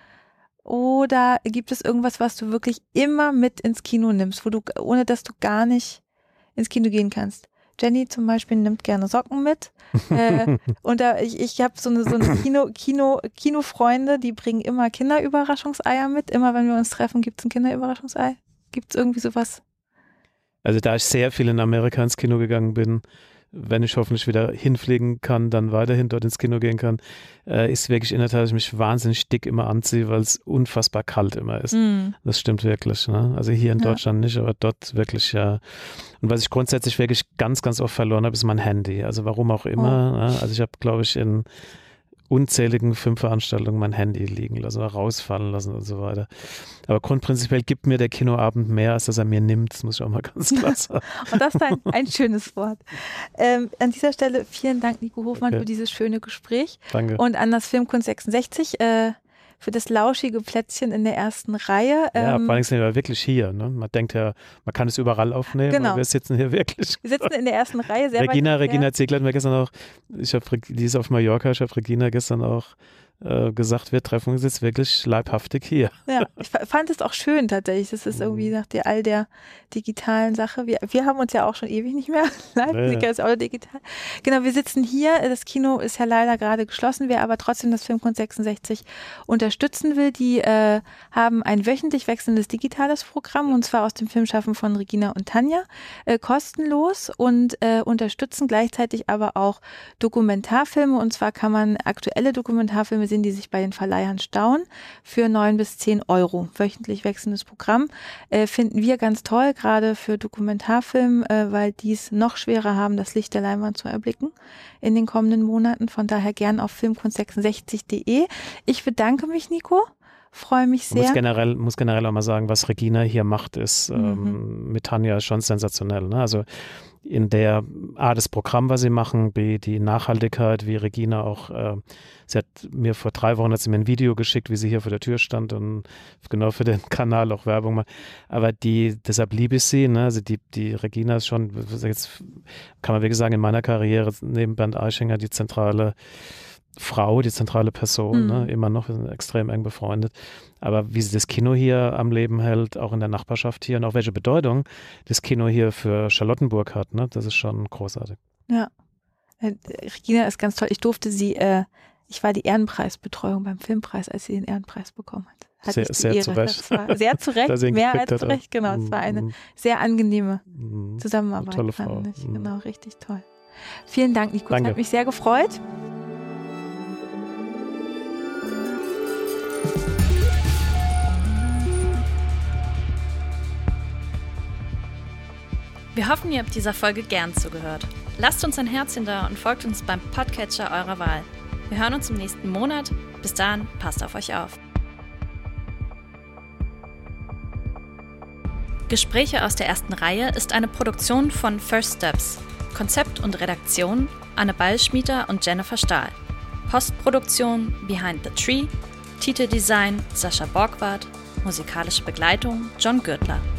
Oder gibt es irgendwas, was du wirklich immer mit ins Kino nimmst, wo du, ohne dass du gar nicht ins Kino gehen kannst? Jenny zum Beispiel nimmt gerne Socken mit. äh, und da, ich, ich habe so eine, so eine Kino, Kino, Kinofreunde, die bringen immer Kinderüberraschungseier mit. Immer wenn wir uns treffen, gibt es ein Kinderüberraschungsei. Gibt es irgendwie sowas? Also da ich sehr viel in Amerika ins Kino gegangen bin, wenn ich hoffentlich wieder hinfliegen kann, dann weiterhin dort ins Kino gehen kann, äh, ist wirklich in der Tat, dass ich mich wahnsinnig dick immer anziehe, weil es unfassbar kalt immer ist. Mm. Das stimmt wirklich. Ne? Also hier in Ja. Deutschland nicht, aber dort wirklich ja. Und was ich grundsätzlich wirklich ganz, ganz oft verloren habe, ist mein Handy. Also warum auch immer. Oh. Ne? Also ich habe, glaube ich, in unzähligen Filmveranstaltungen mein Handy liegen lassen oder rausfallen lassen und so weiter. Aber grundprinzipiell gibt mir der Kinoabend mehr, als dass er mir nimmt. Das muss ich auch mal ganz klar sagen. Und das ist ein, ein schönes Wort. Ähm, an dieser Stelle vielen Dank, Nico Hofmann, Okay. für dieses schöne Gespräch. Danke. Und an das Filmkunst sechsundsechzig äh, für das lauschige Plätzchen in der ersten Reihe. Ja, Ähm, vor allem sind wir wirklich hier. Ne? Man denkt ja, man kann es überall aufnehmen, Genau. aber wir sitzen hier wirklich. wir sitzen in der ersten Reihe. Sehr Regina, weit Regina entfernt. Ziegler hat mir gestern auch, ich habe, die ist auf Mallorca, ich habe Regina gestern auch äh, gesagt, wir treffen uns jetzt wirklich leibhaftig hier. Ja, ich fa- fand es auch schön tatsächlich. Das ist irgendwie nach der, all der digitalen Sache. Wir, wir haben uns ja auch schon ewig nicht mehr live, Ja, ja. ist auch digital. Genau, wir sitzen hier. Das Kino ist ja leider gerade geschlossen. Wer aber trotzdem das Filmkunst sechsundsechzig unterstützen will, die äh, haben ein wöchentlich wechselndes digitales Programm, und zwar aus dem Filmschaffen von Regina und Tanja, äh, kostenlos, und äh, unterstützen gleichzeitig aber auch Dokumentarfilme. Und zwar kann man aktuelle Dokumentarfilme sehen, die sich bei den Verleihern stauen, für neun bis zehn Euro. Wöchentlich wechselndes Programm äh, finden wir ganz toll, gerade für Dokumentarfilm, äh, weil die es noch schwerer haben, das Licht der Leinwand zu erblicken in den kommenden Monaten. Von daher gern auf filmkunst sechsundsechzig punkt de. Ich bedanke mich, Nico. Freue mich Man muss sehr. generell, muss generell auch mal sagen, was Regina hier macht, ist ähm, mit Tanja schon sensationell. Ne? Also in der A, das Programm, was sie machen, B, die Nachhaltigkeit, wie Regina auch, äh, sie hat mir vor drei Wochen hat sie mir ein Video geschickt, wie sie hier vor der Tür stand und genau für den Kanal auch Werbung macht. Aber die, deshalb liebe ich sie, ne? Also die, die Regina ist schon, jetzt kann man wirklich sagen, in meiner Karriere neben Bernd Eichinger die zentrale Frau, die zentrale Person, Mhm. ne? Immer noch, wir sind extrem eng befreundet. Aber wie sie das Kino hier am Leben hält, auch in der Nachbarschaft hier, und auch welche Bedeutung das Kino hier für Charlottenburg hat, ne? Das ist schon großartig. Ja. Äh, Regina ist ganz toll. Ich durfte sie, äh, ich war die Ehrenpreisbetreuung beim Filmpreis, als sie den Ehrenpreis bekommen hat. Hatte Sehr- ich die sehr Ehre. zu Recht. Das war sehr zu Recht, Dass sie ihn mehr gekriegt als hat zu auch. Recht, genau. Es war eine Mhm. sehr angenehme Mhm. Zusammenarbeit, Tolle fand Frau. ich. Mhm. Genau, richtig toll. Vielen Dank, Nico. Danke. Es hat mich sehr gefreut. Wir hoffen, ihr habt dieser Folge gern zugehört. Lasst uns ein Herzchen da und folgt uns beim Podcatcher eurer Wahl. Wir hören uns im nächsten Monat. Bis dahin, passt auf euch auf. Gespräche aus der ersten Reihe ist eine Produktion von First Steps. Konzept und Redaktion Anne Ballschmieder und Jennifer Stahl. Postproduktion Behind the Tree. Titeldesign Sascha Borgward. Musikalische Begleitung John Gürtler.